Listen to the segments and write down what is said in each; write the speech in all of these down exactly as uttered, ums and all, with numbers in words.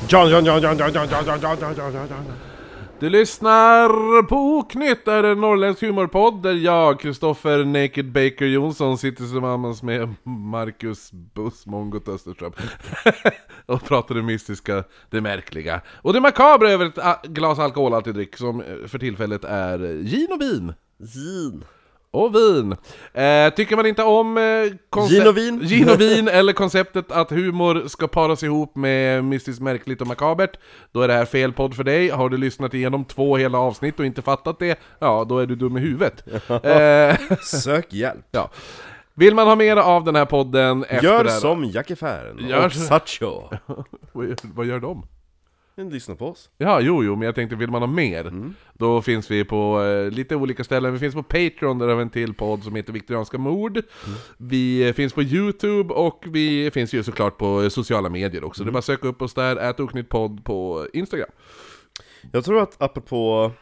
John, John, John, John, John, John, John, John, John, John, John, John, John. Du lyssnar på Oknytt, är en norrländsk humorpodd där jag, Kristoffer Naked Baker Jonsson, sitter tillsammans med Marcus Buss Mongot Österström och pratar det mystiska, det märkliga och det makabra över ett glas alkoholhaltig dryck som för tillfället är gin och vin. Gin. Och vin. Eh, tycker man inte om eh, konce- Gin och vin. gin och vin eller konceptet att humor ska paras ihop med mystiskt, märkligt och makabert, då är det här fel podd för dig. Har du lyssnat igenom två hela avsnitt och inte fattat det, ja, då är du dum i huvudet. eh, Sök hjälp. ja. Vill man ha mer av den här podden efter Gör det här, som Jack Affären Gör och så- Satcho. vad gör de? Lyssna på oss. Ja, jo, jo, men jag tänkte, vill man ha mer, mm. då finns vi på eh, lite olika ställen. Vi finns på Patreon, där har vi en till podd som heter Viktorianska mord. Mm. Vi eh, finns på YouTube och vi finns ju såklart på eh, sociala medier också. Mm. Det är bara att söka upp oss där, ät Oknytt podd på Instagram. Jag tror att apropå...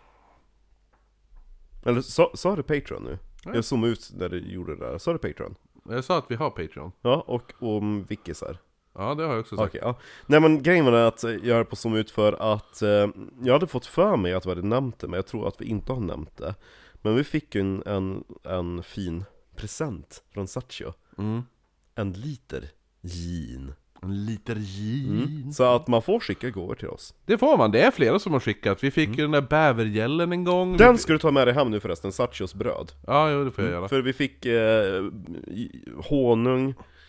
Eller sa, sa du Patreon nu? Ja. Jag zoomade ut när du gjorde det där. Sa du Patreon? Jag sa att vi har Patreon. Ja, och om wikisar. Ja, det har jag också sagt. Okay, ja. Nej, men grejen var att jag är på zoom ut för att eh, jag hade fått för mig att vi hade nämnt det, men jag tror att vi inte har nämnt det. Men vi fick ju en, en, en fin present från Satcho. Mm. En liter gin. En liter gin. Mm. Så att man får skicka gåvor till oss. Det får man, det är flera som har skickat. Vi fick mm. ju den där bävergällen en gång. Den ska du ta med dig hem nu förresten, Satchos bröd. Ja, jo, det får jag göra. Mm. För vi fick eh, honung,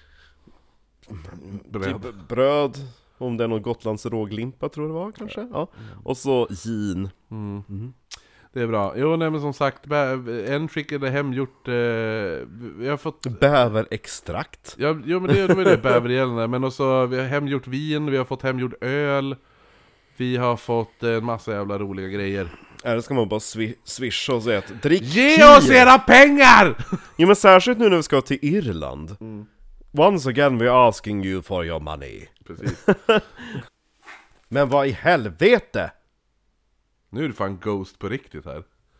bröd. Typ bröd, om det är någon Gotlands råglimpa tror jag det var kanske. Ja. Och så gin. Mm. Mm. Det är bra. Jo, nej, men som sagt, en skickade hemgjort, eh, vi har fått bäverextrakt. Ja, jo, men det, det var det bävergällen. Men också, vi har hemgjort vin, vi har fått hemgjord öl. Vi har fått en massa jävla roliga grejer. Eller ska man bara swi- swisha och säga att drick Ge tio. Oss era pengar! Jo, men särskilt nu när vi ska till Irland. Mm. Once again we're asking you for your money. Precis. Men vad i helvete? Nu är det fan Ghost på riktigt här.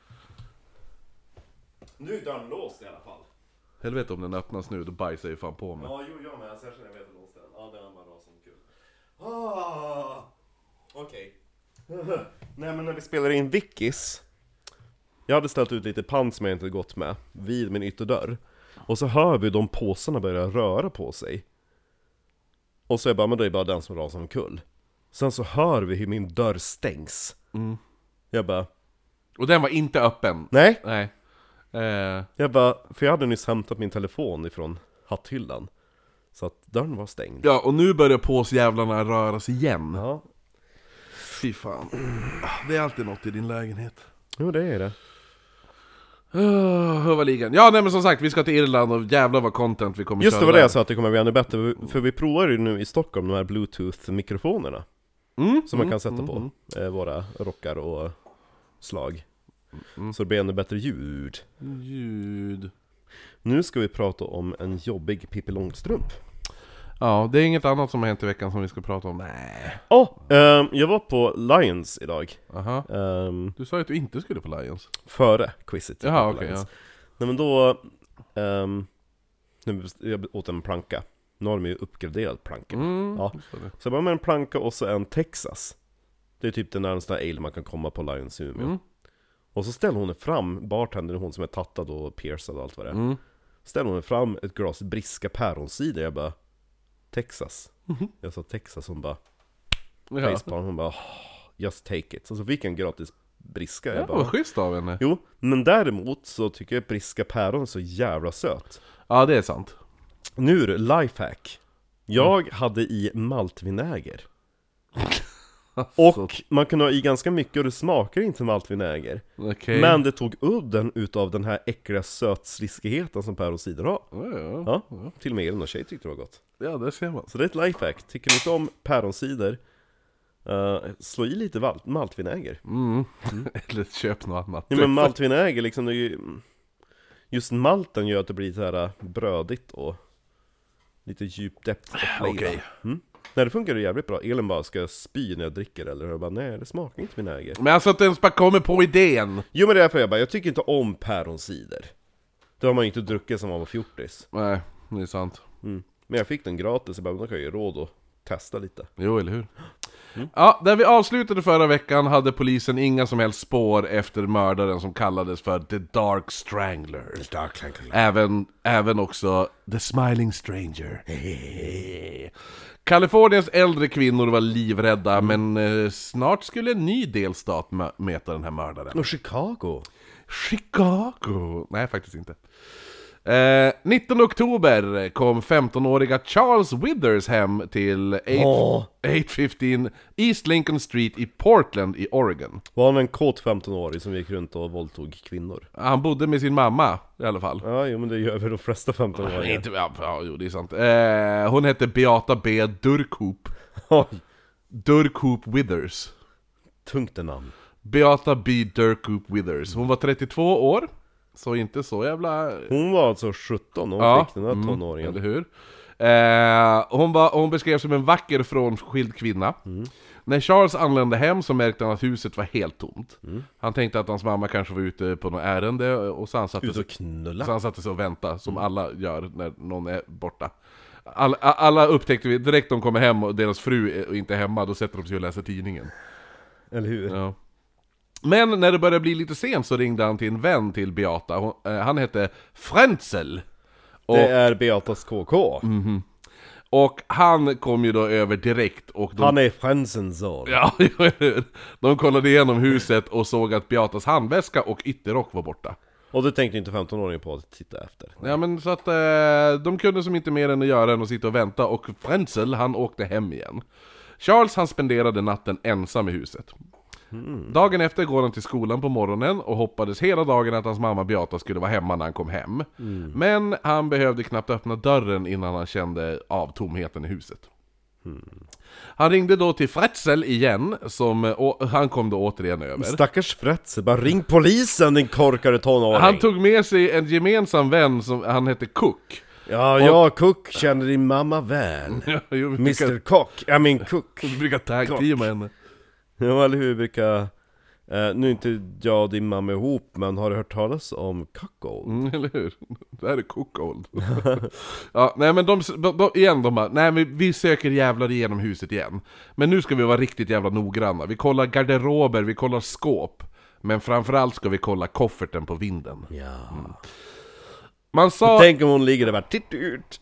Nu är dörren låst i alla fall. Helvete om den öppnas nu, då bajsar jag fan på mig. Ja, jo, jag med. Särskilt när jag vet att låst den. Ja, den var bra som kul. Ah, okej. Okay. Nej, men när vi spelar in Wikis, jag hade ställt ut lite pant som jag inte gått med vid min ytterdörr. Och så hör vi de påsarna börja röra på sig. Och så är jag bara, men det är bara den som rasar omkull. Sen så hör vi hur min dörr stängs. Mm. Jag bara... Och den var inte öppen? Nej. Nej. Eh. Jag bara, för jag hade nyss hämtat min telefon ifrån hatthyllan. Så att dörren var stängd. Ja, och nu börjar påsjävlarna röra sig igen. Ja. Fy fan. Det är alltid något i din lägenhet. Jo, det är det. Uh, hur var ligan? Ja, nej, men som sagt, vi ska till Irland och jävla vad content vi kommer Just köra. det var det där. jag sa att det kommer bli ännu bättre. För vi provar ju nu i Stockholm de här Bluetooth-mikrofonerna. Mm, som man kan sätta mm, på mm. Eh, våra rockar och slag. Mm. Så det blir ännu bättre ljud. Ljud. Nu ska vi prata om en jobbig Pippi Långstrump. Ja, det är inget annat som har hänt i veckan som vi ska prata om. Nej. Oh, um, jag var på Lions idag. Aha. Um, du sa ju att du inte skulle på Lions. Före quizet. Jaha, okej, okay, ja. Nej, men då... Um, jag åt en planka. Nu har de ju uppgraderat plankan. Mm, ja. Så jag bara med en planka och så en Texas. Det är typ den närmsta ale man kan komma på Lions Umeå. Mm. Och så ställer hon fram, bartender, hon som är tattad och piercad och allt vad det är. Mm. Ställer hon fram ett glas briska päronsider. Jag bara, Texas. Mm-hmm. Jag sa Texas, hon bara facepalm, hon bara, oh, just take it. Så, så fick jag en gratis briska. Ja, jag bara, vad schysst av henne. Jo, men däremot så tycker jag briska päron är så jävla söt. Ja, det är sant. Nu är det lifehack. Jag mm. hade i maltvinäger. Och man kan ha i ganska mycket och det smakar inte maltvinäger. Okay. Men det tog udden utav den här äckliga sötsliskigheten som päronsider har. Ja, ja, ja. ja. Till och med Elin och tjej tyckte det var gott. Ja, det ser man. Så det är ett lifehack. Tycker ni inte om päronsider, uh, slå i lite val- maltvinäger. Mm. Mm. Eller köp något annat. Ja, men maltvinäger liksom, det är ju, just malten gör att det blir så här brödigt och lite djup depth och flavor. Okay. Mm. Nej, det funkar jävligt bra. Elin bara, ska jag spy när jag dricker? Eller jag bara, nej, det smakar inte vinäger. Men alltså att den bara kommer på idén. Jo, men det är därför jag bara, jag tycker inte om päronsider. Det har man ju inte druckit som man var fjortis. Nej, det är sant. Mm. Men jag fick den gratis, så bara, då kan jag ju råd att testa lite. Jo, eller hur? Mm. Ja, där vi avslutade förra veckan hade polisen inga som helst spår efter mördaren som kallades för The Dark Strangler. The Dark Strangler. Även, även också The Smiling Stranger. Kaliforniens äldre kvinnor var livrädda, mm. men eh, snart skulle en ny delstat mö- möta den här mördaren. Och Chicago. Chicago? Nej, faktiskt inte. Eh, nittonde oktober kom femtonåriga Charles Withers hem till åtta femton East Lincoln Street i Portland i Oregon. Var han en kåt femton-årig som gick runt och våldtog kvinnor? Han bodde med sin mamma i alla fall. Ja, jo, men det gör väl de flesta femton-åringar. Inte, ja, ja, jo, det är sant. Eh, hon hette Beata B. Durkoop. Durkoop Withers. Tungt namn. Beata B. Durkoop Withers. Hon var trettiotvå år. Så inte så jävla... Hon var alltså sjutton och hon ja, fick den där tonåringen. Mm, eller hur? Eh, hon, var, hon beskrevs som en vacker frånskild kvinna. Mm. När Charles anlände hem så märkte han att huset var helt tomt. Mm. Han tänkte att hans mamma kanske var ute på något ärende och så han satte, ut och knulla. Så han satte sig och väntade, som mm. alla gör när någon är borta. Alla, alla upptäckte vi direkt de kommer hem och deras fru är inte hemma, då sätter de sig och läser tidningen. Eller hur? Ja. Men när det började bli lite sent så ringde han till en vän till Beata. Hon, eh, han hette Frenzel. Och, det är Beatas K K. Mm-hmm. Och han kom ju då över direkt. Och de, han är Frenzens son. Ja, de kollade igenom huset och såg att Beatas handväska och ytterrock var borta. Och det tänkte inte femton-åringen på att titta efter. Ja, men så att eh, de kunde som inte mer än att göra än att sitta och vänta. Och Frenzel, han åkte hem igen. Charles, han spenderade natten ensam i huset. Mm. Dagen efter går han till skolan på morgonen och hoppades hela dagen att hans mamma Beata skulle vara hemma när han kom hem. Mm. Men han behövde knappt öppna dörren innan han kände av tomheten i huset. Mm. Han ringde då till Fretzel igen, som, och han kom då återigen över. Stackars Fretzel, bara ring polisen, din korkade tonåring. Han tog med sig en gemensam vän som han hette Cook. Ja, och, jag Cook känner din mamma väl. Ja, jo, mister Cook, jag min Cook. Du brukar tag-teama henne. Ja, eller hur brukar... Eh, nu är inte jag och din mamma ihop, men har du hört talas om cuckold? Mm, eller hur? Det här är cuckold. Ja, nej men de, de, de igen de bara, nej men vi söker jävlar igenom huset igen. Men nu ska vi vara riktigt jävla noggranna. Vi kollar garderober, vi kollar skåp. Men framförallt ska vi kolla kofferten på vinden. Ja. Mm. Man sa... Tänk om hon ligger där bara, titt ut.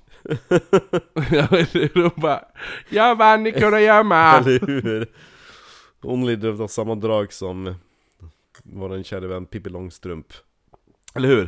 Ja, de bara, jag vann, ni kunde gömma. Eller hur? Hon lider av samma drag som vår kära vän Pippi Långstrump. Eller hur?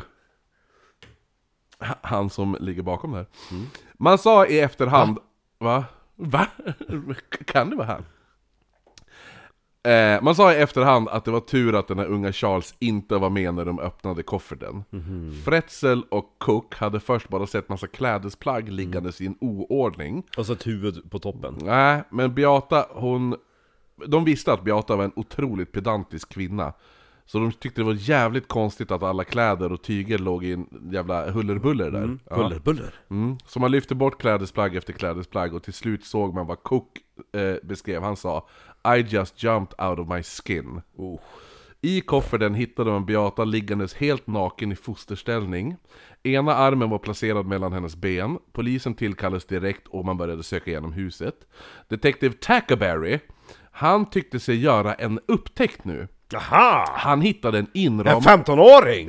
Han som ligger bakom där. Mm. Man sa i efterhand... Va? Va? Va? Kan det vara han? Eh, man sa i efterhand att det var tur att den här unga Charles inte var med när de öppnade kofferten. Mm-hmm. Fretzel och Cook hade först bara sett massa klädesplagg liggandes mm. i en oordning. Och så ett huvud på toppen. Nej, men Beata, hon... De visste att Beata var en otroligt pedantisk kvinna. Så de tyckte det var jävligt konstigt att alla kläder och tyger låg i en jävla hullerbuller där. Mm, hullerbuller. Ja. Mm. Så man lyfte bort klädesplagg efter klädesplagg och till slut såg man vad Cook eh, beskrev. Han sa, I just jumped out of my skin. Oh. I kofferten hittade man Beata liggandes helt naken i fosterställning. Ena armen var placerad mellan hennes ben. Polisen tillkallades direkt och man började söka igenom huset. Detektiv Tackaberry, han tyckte sig göra en upptäckt nu. Aha! Han hittade en inram... En femton-åring!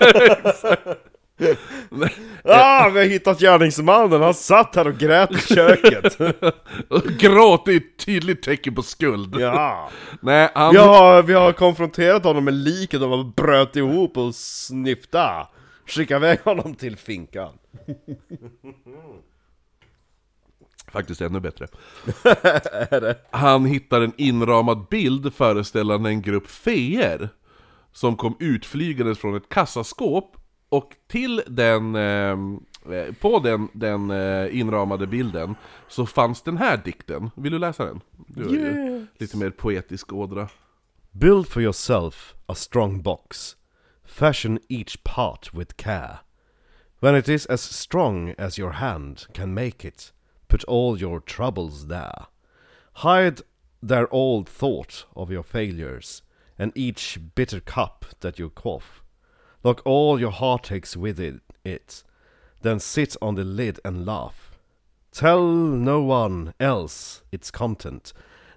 Ah, vi har hittat gärningsmannen. Han satt här och grät i köket. Gråt är ett tydligt tecken på skuld. Ja. Nej, han... vi, har, vi har konfronterat honom med liket och han bröt ihop och snyfta. Skicka iväg honom till finkan. Faktiskt ännu bättre. Han hittar en inramad bild föreställande en grupp feer som kom utflygandes från ett kassaskåp. Och till den, eh, på den, den eh, inramade bilden så fanns den här dikten. Vill du läsa den? Du har yes. ju lite mer poetisk ådra. Build for yourself a strong box. Fashion each part with care. When it is as strong as your hand can make it, put all your troubles there. Hide there all thought of your failures, and each bitter cup that you quaff. Lock all your heartaches within it, then sit on the lid and laugh. Tell no one else its content,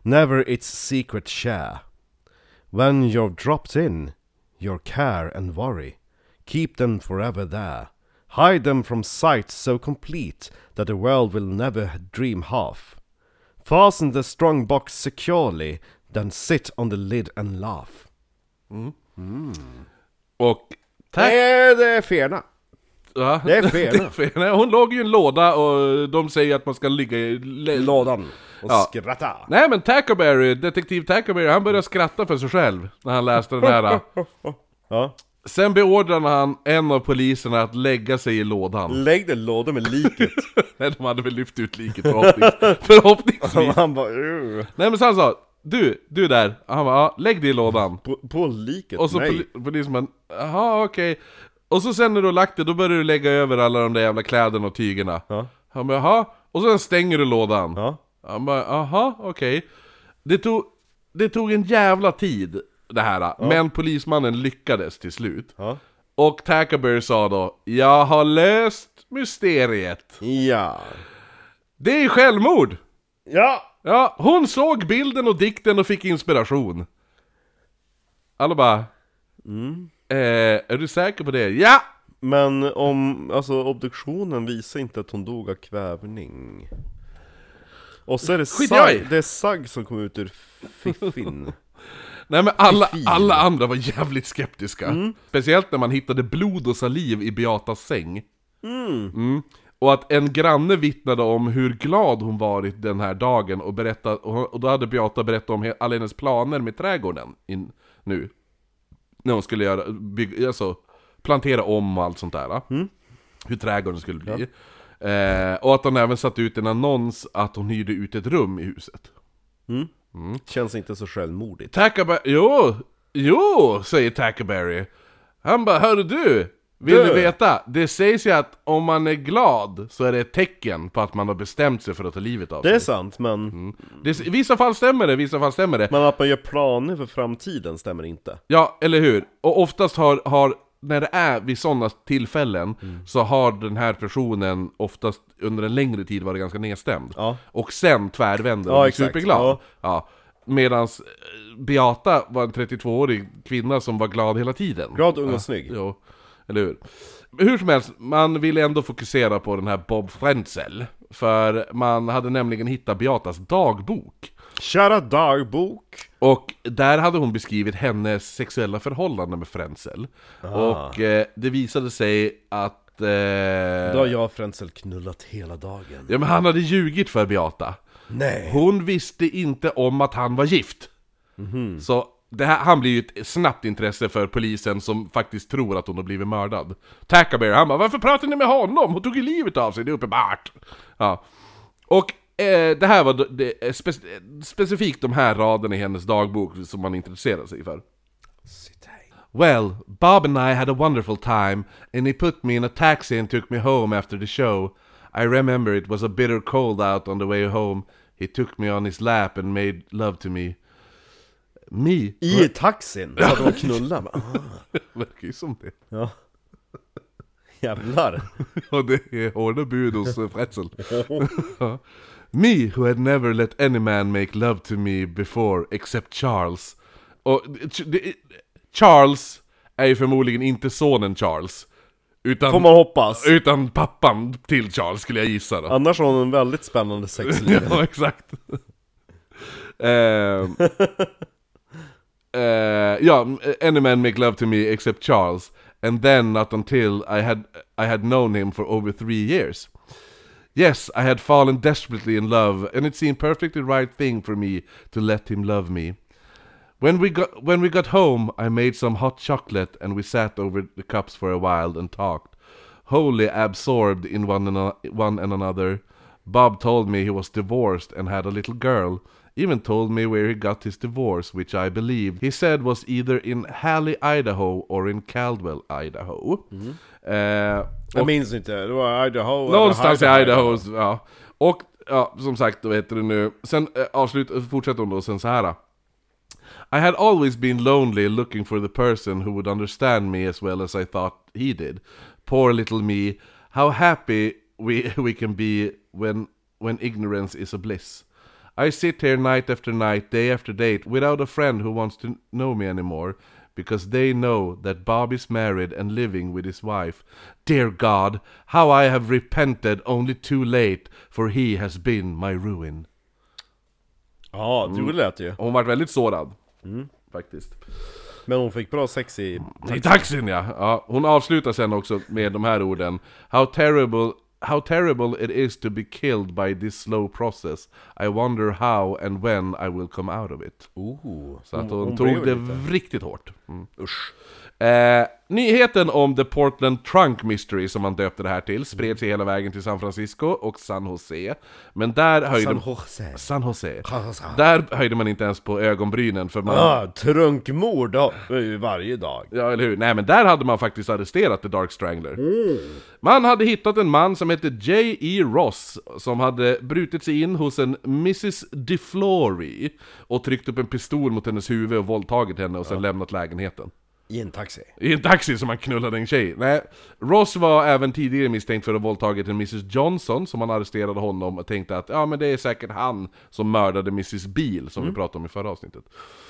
never its secret share. When you're dropped in, your care and worry, keep them forever there. Hide them from sight so complete that the world will never dream half. Fasten the strong box securely, then sit on the lid and laugh. Mm. Mm. Och tack. Det är, det är fena. Ja, det är fena. det är fena. Hon låg i en låda och de säger att man ska ligga i l- lådan och ja. skratta. Nej men Tackleberry, detektiv Tackleberry, han började skratta för sig själv när han läste den här. Ja. Sen beordrade han en av poliserna att lägga sig i lådan. Lägg den lådan med liket. Nej, de hade väl lyft ut liket förhoppnings- förhoppningsvis. Han bara, uh. Nej men så han sa, du, du där. Han bara, ja, lägg dig i lådan. På, på liket? Och så Nej. poli- polisen bara, jaha okej. Okay. Och så sen när du har lagt det, då börjar du lägga över alla de där jävla kläderna och tygerna. Ja. Han bara, jaha. Och sen stänger du lådan. Ja. Han bara, jaha, okej. Okay. Det tog, det tog en jävla tid, det här. Ja. Men polismannen lyckades till slut. Ja. Och Tackleberry sa då, jag har löst mysteriet. Ja. Det är självmord. Ja. Ja, hon såg bilden och dikten och fick inspiration. Alla bara, Mm. eh, är du säker på det? Ja! Men om, alltså obduktionen visar inte att hon dog av kvävning. Och så är det sag, det är sagg som kom ut ur fiffin. Nej men alla, Fiffin. alla andra var jävligt skeptiska. Mm. Speciellt när man hittade blod och saliv i Beatas säng. Mm. Mm. Och att en granne vittnade om hur glad hon varit den här dagen. Och, berättat, och då hade Beata berättat om alla hennes planer med trädgården in, nu. När hon skulle göra, bygga, alltså, plantera om och allt sånt där. Mm. Hur trädgården skulle bli. Ja. Eh, och att hon även satt ut en annons att hon hyrde ut ett rum i huset. Mm. Mm. Känns inte så självmodigt. Tackleberry, jo, jo, säger Tackleberry. Han bara, hörru du, vill du. du veta? Det sägs ju att om man är glad så är det ett tecken på att man har bestämt sig för att ta livet av Det sig. är sant, men... Mm. Det, I vissa fall stämmer det, i vissa fall stämmer det. Men att man gör planer för framtiden stämmer inte. Ja, eller hur? Och oftast har, har när det är vid sådana tillfällen mm. så har den här personen oftast under en längre tid varit ganska nedstämd. Ja. Och sen tvärvänder och Ja, blir exakt. superglad. Ja. Ja. Medans Beata var en trettiotvåårig kvinna som var glad hela tiden. Glad, ung och ja. snygg. Jo, eller hur? Hur som helst, man ville ändå fokusera på den här Bob Frenzel. För man hade nämligen hittat Beatas dagbok. Kära dagbok. Och där hade hon beskrivit hennes sexuella förhållande med Frenzel. Ah. Och eh, det visade sig att... Eh, Då har jag och Frenzel knullat hela dagen. Ja, men han hade ljugit för Beata. Nej. Hon visste inte om att han var gift. Mm-hmm. Så det här, han blir ju ett snabbt intresse för polisen som faktiskt tror att hon har blivit mördad. Tackleberry, han bara, varför pratar ni med honom? Hon tog ju livet av sig, det är uppenbart. Ja. Och eh, det här var det, spe- specifikt de här raderna i hennes dagbok som man intresserar sig för. Well, Bob and I had a wonderful time, and he put me in a taxi and took me home after the show. I remember it was a bitter cold out on the way home. He took me on his lap and made love to me. Me? I taxin? Så att de knullar. Ah. Verkar ju som det. Ja. Jävlar. Och det är hårda bud hos Fretzel. Me, who had never let any man make love to me before, except Charles. Och det, Charles är ju förmodligen inte sonen Charles. Utan, får man hoppas. Utan pappan till Charles skulle jag gissa då. Annars har hon en väldigt spännande sexliv. Ja, exakt. uh, uh, ja, any man make love to me except Charles. And then not until I had I had known him for over three years. Yes, I had fallen desperately in love, and it seemed perfectly right thing for me to let him love me. When we got when we got home, I made some hot chocolate, and we sat over the cups for a while and talked, wholly absorbed in one and, one and another. Bob told me he was divorced and had a little girl. Even told me where he got his divorce, which I believed. He said was either in Halley, Idaho, or in Caldwell, Idaho. Mm. Uh, jag minns inte, det var Idaho. Någonstans i Idaho, Idaho, ja. Och, ja, som sagt, då heter det nu. Sen uh, avslut, fortsätter hon då sen så här. I had always been lonely, looking for the person who would understand me as well as I thought he did. Poor little me. How happy we we can be when when ignorance is a bliss. I sit here night after night, day after day, without a friend who wants to know me anymore, because they know that Bob is married and living with his wife. Dear God, how I have repented only too late, for he has been my ruin. Ja, du mm. lät ju. Hon var väldigt sårad, mm. faktiskt. Men hon fick bra sex i taxin. I taxin, ja. ja. Hon avslutar sen också med de här orden. How terrible, how terrible it is to be killed by this slow process. I wonder how and when I will come out of it. Oh, Så att hon, hon tog det lite. Riktigt hårt. Mm. Usch. Eh, nyheten om The Portland Trunk Mystery, som man döpte det här till, spred sig hela vägen till San Francisco och San Jose. Men där höjde San Jose. San Jose. Där höjde man inte ens på ögonbrynen för man... Ah, trunkmord då, varje dag. Ja, eller hur? Nej, men där hade man faktiskt arresterat The Dark Strangler. Mm. Man hade hittat en man som hette J E Ross, som hade brutit sig in hos en missus DeFlory och tryckt upp en pistol mot hennes huvud och våldtagit henne och sen ja. lämnat lägenheten. I en taxi. I en taxi som han knullade en tjej. Nej, Ross var även tidigare misstänkt för att ha våldtagit en missus Johnson, som han arresterade honom och tänkte att ja, men det är säkert han som mördade missus Beale, som mm. vi pratade om i förra avsnittet.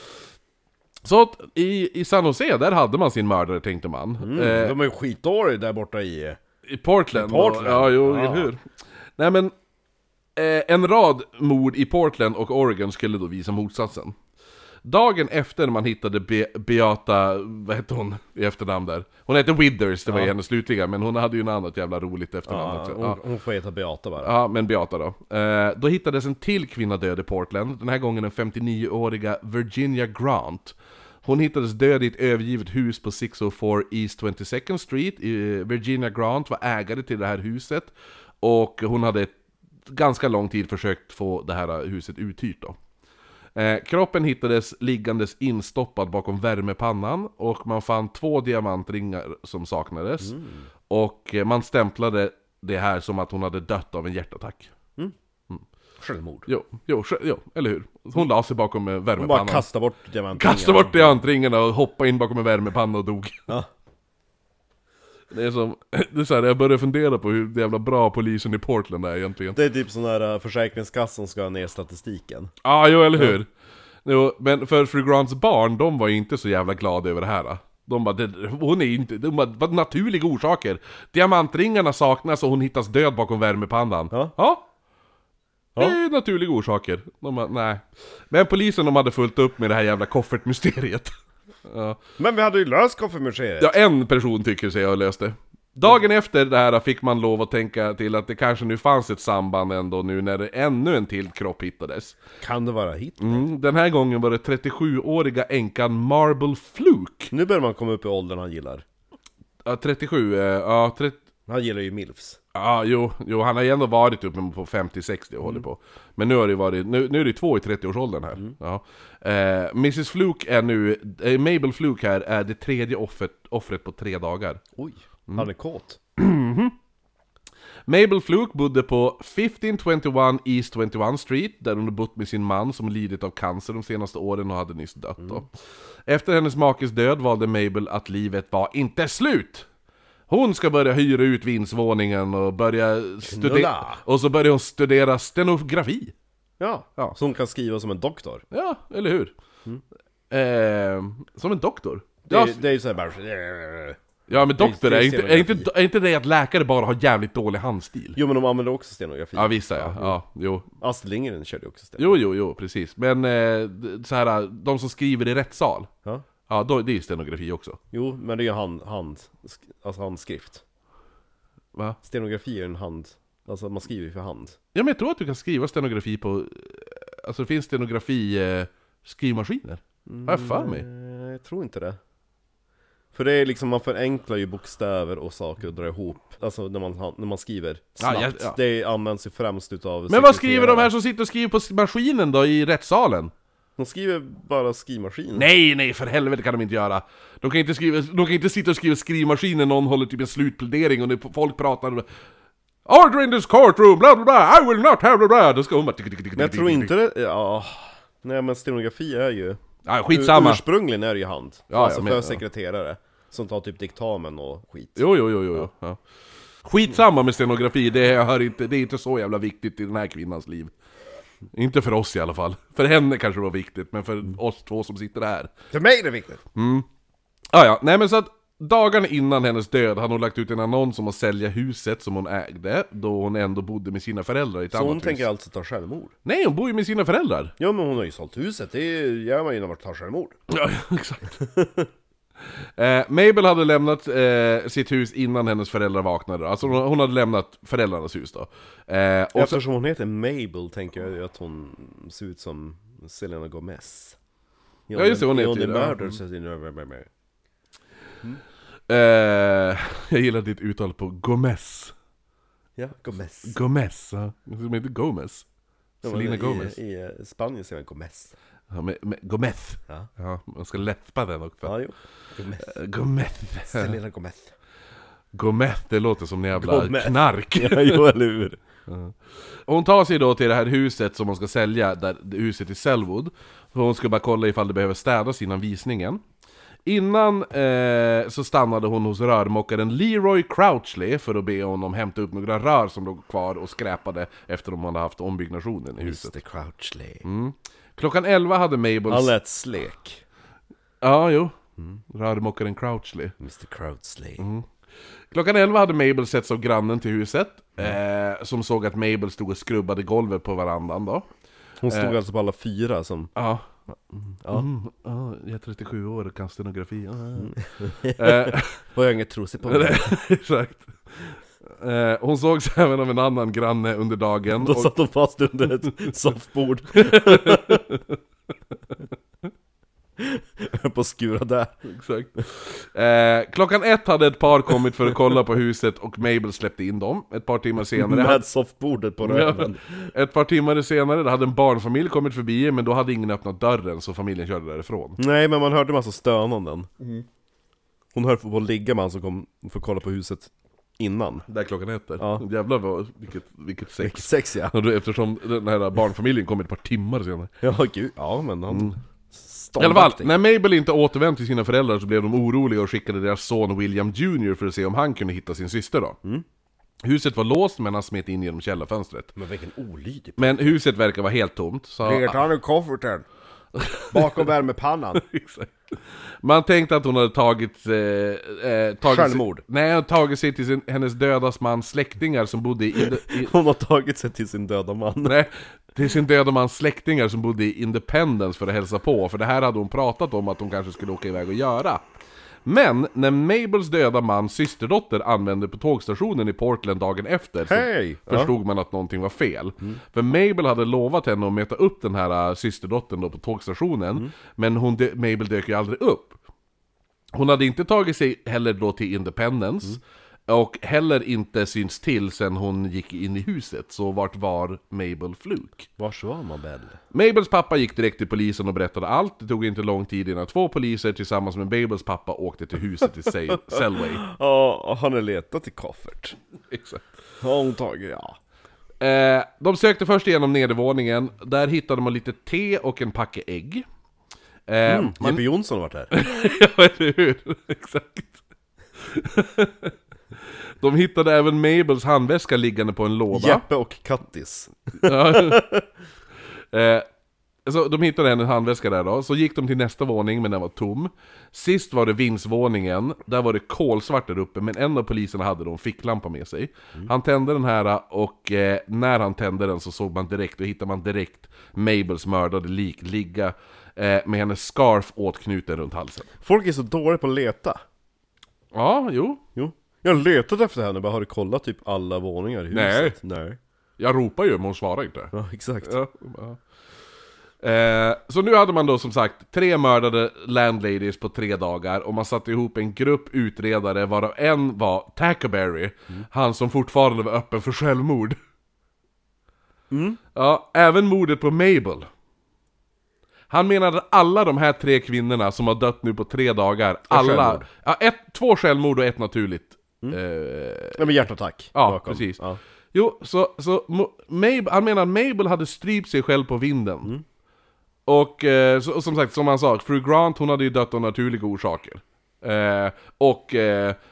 Så att i, i San Jose, där hade man sin mördare, tänkte man. Mm, eh, de är ju skitdåliga där borta i... I Portland. I Portland. Och, ja, jo, ja. hur? Nej, men eh, en rad mord i Portland och Oregon skulle då visa motsatsen. Dagen efter man hittade Be- Beata, vad hette hon i efternamn där? Hon hette Withers, det var ja. hennes slutliga, men hon hade ju något annat jävla roligt efternamn ja, också. Hon, ja. hon får heta Beata bara. Ja, men Beata då. Eh, då hittades en till kvinna död i Portland, den här gången den femtionio-åriga Virginia Grant. Hon hittades död i ett övergivet hus på sexhundrafyra East twenty-second Street. Virginia Grant var ägare till det här huset, och hon hade ganska lång tid försökt få det här huset uthyrt då. Eh, kroppen hittades liggandes instoppad bakom värmepannan, och man fann två diamantringar som saknades. Mm. Och eh, man stämplade det här som att hon hade dött av en hjärtattack. Mm. Mm. Självmord. Jo, jo, själv, jo, eller hur? Hon la sig bakom eh, värmepannan. Hon bara kastade bort diamantringarna. Kastade bort diamantringarna och hoppade in bakom en värmepanna och dog. Ja. Det är som, det är så här, jag börjar fundera på hur jävla bra polisen i Portland är egentligen. Det är typ sån här uh, försäkringskassan ska ha ner statistiken. Ja, ah, jo, eller hur? Ja. Jo, men för fru Grants barn, de var ju inte så jävla glada över det här. De bara, det, hon är inte, de bara, vad naturliga orsaker. Diamantringarna saknas och hon hittas död bakom värmepannan. Ja. Ja. Det är naturliga orsaker. De bara, nej. Men polisen, de hade fullt upp med det här jävla koffertmysteriet. Ja. Men vi hade ju löst koffertmysteriet. Ja, en person tycker sig ha löst det. Dagen efter det här fick man lov att tänka till att det kanske nu fanns ett samband ändå, nu när det ännu en till kropp hittades. Kan det vara hit? Mm, den här gången var det trettiosjuåriga änkan Marble Fluke. Nu börjar man komma upp i åldern han gillar. Ja, trettiosju, eh, ja, trettio... Han gillar ju milfs. Ja, jo, jo, han har ju ändå varit uppe på femtio sextio och mm. håller på. Men nu har det varit, nu, nu är det två i trettioårsåldern här. Mm. Ja. Eh, missus Fluke är nu, eh, Mabel Fluke här är det tredje offret, offret på tre dagar. Oj, mm. han är kåt. Mm-hmm. Mabel Fluke bodde på femton tjugoett East tjugoett Street, där hon bott med sin man som lidit av cancer de senaste åren och hade nyss dött. Mm. Då. Efter hennes makes död valde Mabel att livet var inte slut. Hon ska börja hyra ut vindsvåningen och börja studera, och så börjar hon studera stenografi. Ja, ja, så hon kan skriva som en doktor. Ja, eller hur? Mm. Eh, som en doktor. Det är, ja, det är ju så här bara... Ja, men doktor är, är, inte, är, inte, är inte det att läkare bara har jävligt dålig handstil? Jo, men de använder också stenografi. Ja, vissa, ja. ja jo. Astrid Lindgren körde också stenografi. Jo, jo, jo, precis. Men eh, så här, de som skriver i rättssal. Ja. Ja, då, det är ju stenografi också. Jo, men det är ju hand, hand, alltså handskrift. Va? Stenografi är en hand, alltså man skriver ju för hand. Ja, men jag tror att du kan skriva stenografi på, alltså det finns stenografi eh, skrivmaskiner. Mm, har jag för mig? Jag tror inte det. För det är liksom, man förenklar ju bokstäver och saker och drar ihop. Alltså när man, när man skriver snabbt. Ja, ja, ja. Det används ju främst utav... Men vad skriver de här som sitter och skriver på maskinen då i rättssalen? De skriver bara skrivmaskin. Nej, nej, för helvete kan de inte göra. De kan inte, skriva, de kan inte sitta och skriva skrivmaskin när någon håller typ en slutplädering och när folk pratar... Order in this courtroom, bla bla bla, I will not have bla bla. Då ska hon bara... Men jag tror inte det... Ja... Nej, men stenografi är ju... Ja, skitsamma. Ursprungligen är det ju hand. Ja, alltså ja, för men, sekreterare. Ja. Som tar typ diktamen och skit. Jo, jo, jo, jo. Ja. Ja. Skitsamma med stenografi, det, hör inte, det är inte så jävla viktigt i den här kvinnans liv. Inte för oss i alla fall. För henne kanske det var viktigt, men för mm. oss två som sitter här. För mig är det viktigt. Mm. Ah, ja, nej men så att dagarna innan hennes död hade hon lagt ut en annons om att sälja huset som hon ägde, då hon ändå bodde med sina föräldrar i ett så annat hon hus. tänker alltså ta självmord? Nej, hon bor ju med sina föräldrar. Ja, men hon har ju sålt huset, det gör man ju när man tar självmord. Ja, exakt. eh, Mabel hade lämnat eh, sitt hus innan hennes föräldrar vaknade. Alltså hon, hon hade lämnat föräldrarnas hus då. Eh, och Eftersom så, hon heter Mabel tänker jag att hon ser ut som Selena Gomez. Ja, just det, hon heter hon är det. mördare, så mm. eh, jag gillar ditt uttal på Gomez. Ja, Gomez. Gomez, ja. Som heter Gomez. Selena I, Gomez. I, i Spanien säger man Gomez. Ja, med, med Gomez. Ja. Ja, man ska läppa den också. Ja, jo. Gomez. Uh, Gomez. Selena Gomez. Gomez, det låter som en jävla Gomez. Knark. Ja, jo, eller hur? Uh. Hon tar sig då till det här huset som hon ska sälja, där, huset i Selwood. För hon ska bara kolla ifall det behöver städas innan visningen. Innan eh, så stannade hon hos rörmokaren Leroy Crouchley för att be honom hämta upp några rör som låg kvar och skräpade efter att de hade haft ombyggnationen i huset. mister Crouchley. Mm. Klockan elva hade Mabel... Han lät slek. Ja, jo. Mm. Rörmokaren Crouchley. mister Crouchley. Mm. Klockan elva hade Mabel setts av grannen till huset, mm. eh, som såg att Mabel stod och skrubbade golvet på verandan då. Hon stod eh. alltså på alla fyra som... Ja. Mm. Ja. Mm. Ah, jag är trettiosju år och kan stenografi. Ah. Mm. eh. Och jag har inget trosig på det. Exakt. Eh, hon sågs även av en annan granne under dagen. Då och... satt hon fast under ett soffbord. på att skura där. Exakt. Eh, klockan ett hade ett par kommit för att kolla på huset och Mabel släppte in dem. Ett par timmar senare med hade... soffbordet på röven. Ja, ett par timmar senare hade en barnfamilj kommit förbi, men då hade ingen öppnat dörren så familjen körde därifrån. Nej, men man hörde massa stönanden. Mm. Hon hörde på att ligga med han som kom för att kolla på huset innan. Där klockan ett där. Ja. Jävlar vad, vilket, vilket sex. Vilket sex, ja. Eftersom den här barnfamiljen kom ett par timmar senare. Ja, gud. Ja, men han... Mm. I alla fall, när Mabel inte återvänt till sina föräldrar så blev de oroliga och skickade deras son William junior för att se om han kunde hitta sin syster då. Mm. Huset var låst, men han smet in genom källarfönstret. Men vilken olydig. Men huset verkar vara helt tomt. Så... Lägger han i kofferten bakom värmepannan. Exakt. Man tänkte att hon hade tagit... Eh, eh, tagit Självmord. Sig, nej, tagit sig till sin, hennes dödas mans släktingar som bodde i... i hon har tagit sig till sin döda man. Nej, till sin döda mans släktingar som bodde i Independence för att hälsa på. För det här hade hon pratat om att hon kanske skulle åka iväg och göra. Men när Mabels döda mans systerdotter använde på tågstationen i Portland dagen efter så hey! förstod ja. man att någonting var fel. Mm. För Mabel hade lovat henne att möta upp den här uh, systerdottern då på tågstationen, mm. men hon de- Mabel dök ju aldrig upp. Hon hade inte tagit sig heller då till Independence, mm. och heller inte syns till sen hon gick in i huset. Så vart var Mabel Fluke? Vars var Mabel? Mabels pappa gick direkt till polisen och berättade allt. Det tog inte lång tid innan två poliser tillsammans med Mabels pappa åkte till huset i Selway. Ja, han har letat i koffert. Exakt. Har hon tagit, ja. Eh, de sökte först igenom nedervåningen. Där hittade man lite te och en packe ägg. Eh, mm, man... Jeppe Jonsson har varit här. Ja, eller hur? Exakt. De hittade även Mabels handväska liggande på en låda. Jeppe och Kattis. Ja. eh, så de hittade en handväska där då. Så gick de till nästa våning, men den var tom. Sist var det vindsvåningen. Där var det kolsvart där uppe, men en av poliserna hade då en ficklampa med sig. Mm. Han tände den här, och eh, när han tände den så såg man direkt, då hittade man direkt Mabels mördade lik ligga eh, med hennes scarf åtknuten runt halsen. Folk är så dåliga på att leta. Ja, jo. Jo. Jag har letat efter henne, bara har du kollat typ alla våningar i huset? Nej. Nej. Jag ropar ju, men hon svarar inte. Ja, exakt. Ja, ja. Eh, så nu hade man då som sagt tre mördade landladies på tre dagar. Och man satte ihop en grupp utredare, varav en var Tackerberry, mm. han som fortfarande var öppen för självmord. Mm. Ja, även mordet på Mabel. Han menade att alla de här tre kvinnorna som har dött nu på tre dagar, alla, ja, ett, två självmord och ett naturligt. Mm. Eh, ja, med hjärtattack. Ja, bakom. precis. Ja. Jo, så, så Mabel, han menar att Mabel hade strypt sig själv på vinden. Mm. Och eh, så, och som sagt, som han sa, fru Grant, hon hade ju dött av naturliga orsaker. Eh, och eh,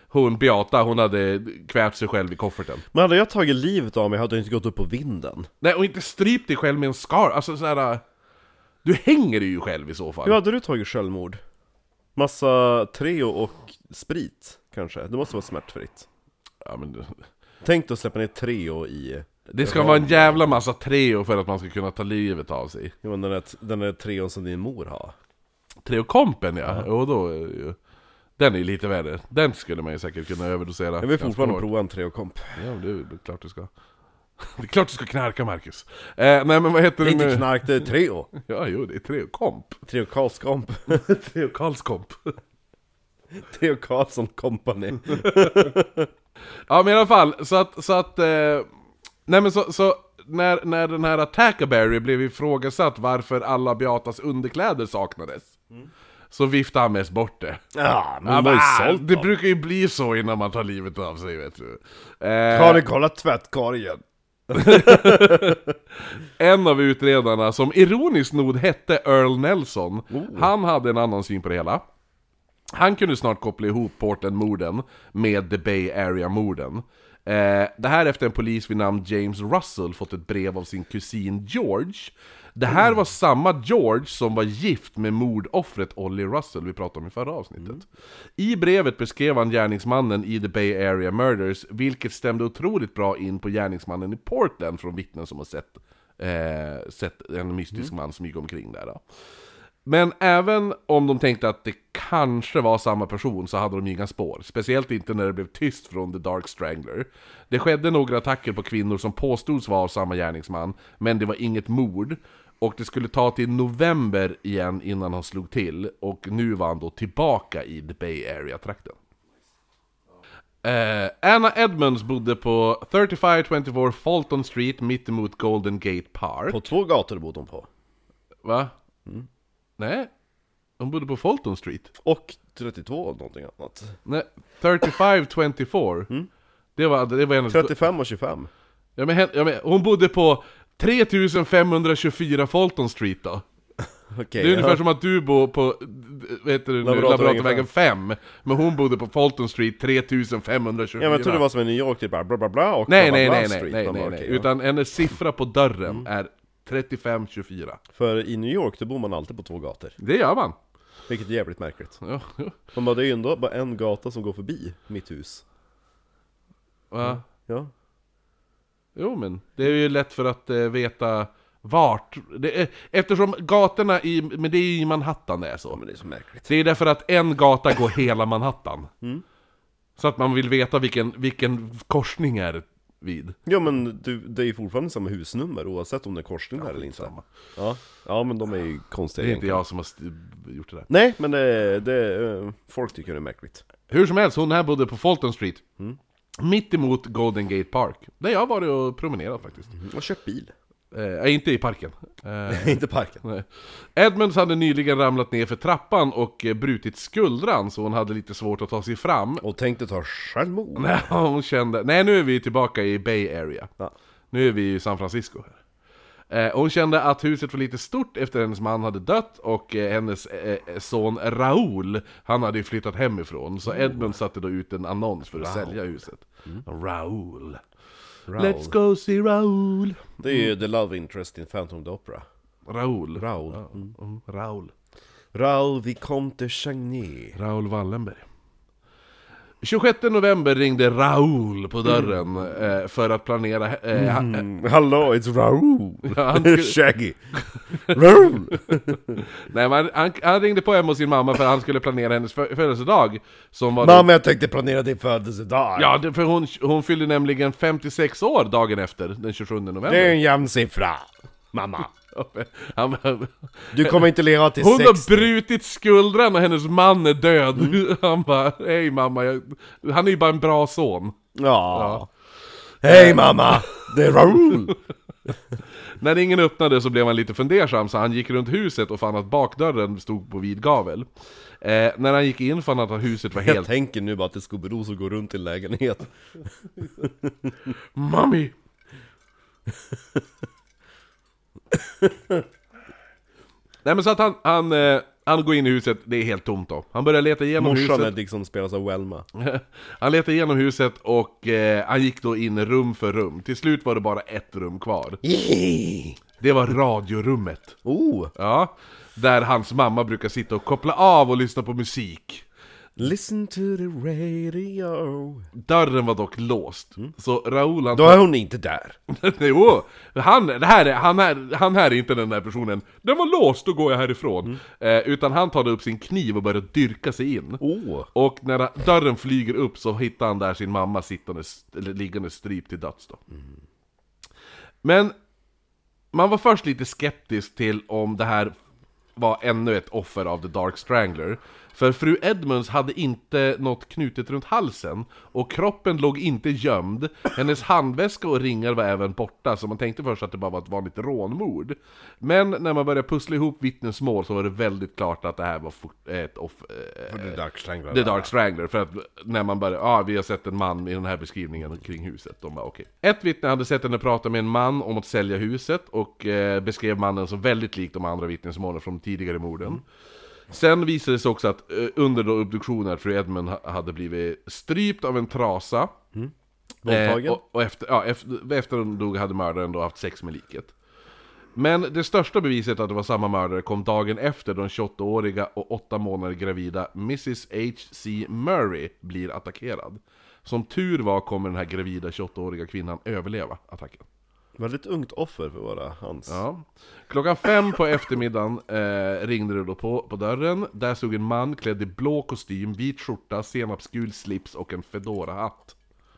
hon Beata, hon hade kvävt sig själv i kofferten. Men hade jag tagit livet av mig hade jag inte gått upp på vinden. Nej, och inte strypt dig själv med en skar. Alltså såhär, du hänger dig ju själv i så fall. Hur hade du tagit självmord? Massa Treo och sprit, kanske? Det måste vara smärtfritt. Ja, men det... Tänk dig att släppa ner Treo i... Det ska vara en jävla massa Treo för att man ska kunna ta livet av sig. Jo, men den är, den är Treon som din mor har. Treo-kompen, ja. ja. Och då är ju... Den är ju lite värre. Den skulle man ju säkert kunna överdosera. Jag vill fortfarande prova en Treo-komp. Ja, det är, det är klart du ska. Det är klart du ska knarka, Marcus. Eh, nej, men vad heter det? Det är inte knark, det är Treo. Ja, jo, det är Treo-komp. Treo Karlskomp. Treo Karlskomp. Treo Karlsson Company. Ja, men i alla fall, så att... Så att eh, nej, men så... så när, när den här Attackaberry blev ifrågasatt varför alla Beatas underkläder saknades, mm. så viftade han mest bort det. Ja, men ja, man men, sålt det brukar ju bli så innan man tar livet av sig, vet du. Eh... Har du kollat tvättkorgen? En av utredarna, som ironiskt nog hette Earl Nelson, oh. han hade en annan syn på det hela. Han kunde snart koppla ihop Portland-morden med The Bay Area-morden. Eh, det här efter en polis vid namn James Russell fått ett brev av sin kusin George. Det här mm. var samma George som var gift med mordoffret Ollie Russell vi pratade om i förra avsnittet. Mm. I brevet beskrev han gärningsmannen i The Bay Area Murders, vilket stämde otroligt bra in på gärningsmannen i Portland från vittnen som har sett, eh, sett en mystisk mm. man som gick omkring där då. Men även om de tänkte att det kanske var samma person så hade de inga spår. Speciellt inte när det blev tyst från The Dark Strangler. Det skedde några attacker på kvinnor som påstods vara av samma gärningsman, men det var inget mord. Och det skulle ta till november igen innan han slog till. Och nu var han då tillbaka i The Bay Area-trakten. Uh, Anna Edmonds bodde på thirty-five twenty-four Fulton Street mittemot Golden Gate Park. På två gator bodde hon på. Va? Mm. Nej, hon bodde på Fulton Street. Och trettiotvå och någonting annat. Nej, thirty-five twenty-four. Mm. Det var, det var hennes... trettiofem och tjugofem. Ja, men, ja, men hon bodde på tre tusen femhundratjugofyra Fulton Street då. Okay, det är ungefär ja. som att du bor på, vad heter det nu, Laboratorvägen fem. Men hon bodde på Fulton Street tre tusen femhundratjugofyra. Ja, men jag trodde det var som i New York, typ bara bla bla bla och nej, bla, nej, bla, nej, bla nej, Street. nej, nej, bara, nej. okay, utan ja. hennes siffra på dörren mm. är trettiofem tjugofyra. För i New York, då bor man alltid på två gator. Det gör man. Vilket är jävligt märkligt. Ja, ja. Man bara, det är ju ändå bara en gata som går förbi mitt hus. Va? Ja. Jo, men det är ju lätt för att eh, veta vart. Det är, eftersom gatorna i, men det är ju i Manhattan det är så. Ja, men det är så märkligt. Det är därför att en gata går hela Manhattan. Mm. Så att man vill veta vilken, vilken korsning är vid. Ja, men du, det är ju fortfarande samma husnummer oavsett om det är korsning där eller inte. Samma. Ja. Ja, men de är ju konstiga. Det är inte jag som har gjort det där. Nej, men det, det, folk tycker det är märkligt. Hur som helst, hon här bodde på Fulton Street. Mm. Mitt emot Golden Gate Park. Där jag varit och promenerat faktiskt. Mm. Och kört bil. Eh, inte i parken. Eh, inte parken. Nej. Edmonds hade nyligen ramlat ner för trappan och eh, brutit skuldran, så hon hade lite svårt att ta sig fram. Och tänkte ta självmord. Nej, hon kände, nej, nu är vi tillbaka i Bay Area. Ja. Nu är vi i San Francisco här. Eh, hon kände att huset var lite stort efter hennes man hade dött, och eh, hennes eh, son Raoul, han hade ju flyttat hemifrån. Så Edmund satte då ut en annons för att Raoul. sälja huset. Mm. Raoul. Raoul. Let's go see Raoul. Det är ju the love interest in Phantom of the Opera. Raoul. Raoul. Ja, mm. Mm. Raoul. Raoul Vicomte de Chagny. Raoul Wallenberg. tjugosjätte november ringde Raoul på dörren mm. eh, för att planera... Eh, mm. Hallå, it's Raoul! Ja, han skulle... Shaggy! Raoul! Nej, men han, han ringde på hemma hos sin mamma för att han skulle planera hennes fö- födelsedag. Som var mamma, då... jag tänkte planera din födelsedag! Ja, för hon, hon fyllde nämligen femtiosex år dagen efter, den tjugosjunde november. Det är en jämn siffra, mamma. Han, han, du kommer inte leva till hon sextio. Har brutit skuldran och hennes man är död. Mm. Han bara, hej mamma, jag, han är ju bara en bra son. Ja, ja. Hej mamma, det är Raoul. När ingen öppnade så blev han lite fundersam, så han gick runt huset och fann att bakdörren stod på vid gavel. eh, När han gick in fann han att huset var helt... Jag tänker nu bara att det ska bero så går runt i lägenhet. Mami. Nej, men så att han, han, Han går in i huset, det är helt tomt då. Han börjar leta igenom Morsan huset. är liksom spelas av Welma. Han letade igenom huset och eh, han gick då in rum för rum. Till slut var det bara ett rum kvar. Det var radiorummet. Oh! Ja, där hans mamma brukar sitta och koppla av och lyssna på musik. Listen to the radio. Dörren var dock låst. Mm. Så Raoul han... Då är hon inte där. Jo, han, det här är, han, är, han här är inte den där personen. Den var låst, då går jag härifrån. Mm. eh, Utan han tar upp sin kniv och börjar dyrka sig in. Oh. Och när dörren flyger upp så hittar han där sin mamma sittande, eller liggande stryp till döds då. Mm. Men man var först lite skeptisk till om det här var ännu ett offer av The Dark Strangler. För fru Edmunds hade inte något knutet runt halsen, och kroppen låg inte gömd. Hennes handväska och ringar var även borta, så man tänkte först att det bara var ett vanligt rånmord. Men när man började pussla ihop vittnesmål så var det väldigt klart att det här var ett offer. Äh, The Dark Strangler. The Dark Strangler, för att när man började, ja ah, vi har sett en man i den här beskrivningen kring huset. De bara okej. Okay. Ett vittne hade sett henne prata med en man om att sälja huset, och eh, beskrev mannen som väldigt lik de andra vittnesmålen från tidigare morden. Mm. Sen visade det sig också att uh, under då obduktionen att fru Edmund ha, hade blivit strypt av en trasa. Mm. Eh, och, och efter, ja, efter, efter hon dog hade mördaren då haft sex med liket. Men det största beviset att det var samma mördare kom dagen efter då den tjugoåtta-åriga och åtta månader gravida missus H C Murray blir attackerad. Som tur var kommer den här gravida tjugoåtta-åriga kvinnan överleva attacken. Väldigt ungt offer för våra hans. Ja. Klockan fem på eftermiddagen eh, ringde det då på, på dörren. Där stod en man klädd i blå kostym, vit skjorta, senapsgul slips och en fedora-hatt.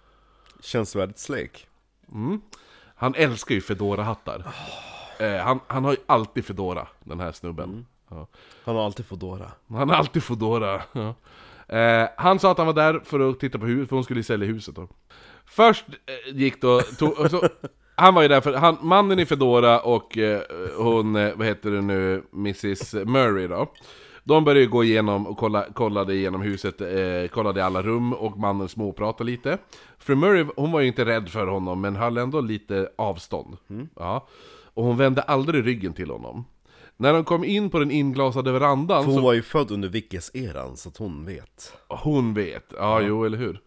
Känns väldigt släck. Mm. Han älskar ju fedora-hattar. Oh. eh, han, han har ju alltid fedora, den här snubben. Mm. Ja. Han har alltid fedora. Han har alltid fedora. Ja. Eh, han sa att han var där för att titta på huset, för hon skulle sälja huset då. Först eh, gick då... Tog, så, han var ju där för, han, mannen i fedora och eh, hon, eh, vad heter det nu, missus Murray då. De började gå igenom och kolla, kollade igenom huset, eh, kollade i alla rum, och mannen småpratade lite. Fru Murray, hon var ju inte rädd för honom, men höll ändå lite avstånd. Mm. Ja. Och hon vände aldrig ryggen till honom. När de kom in på den inglasade verandan... För hon så, var ju född under Vickes-eran, så att hon vet. Hon vet, ja, ja. Jo, eller hur?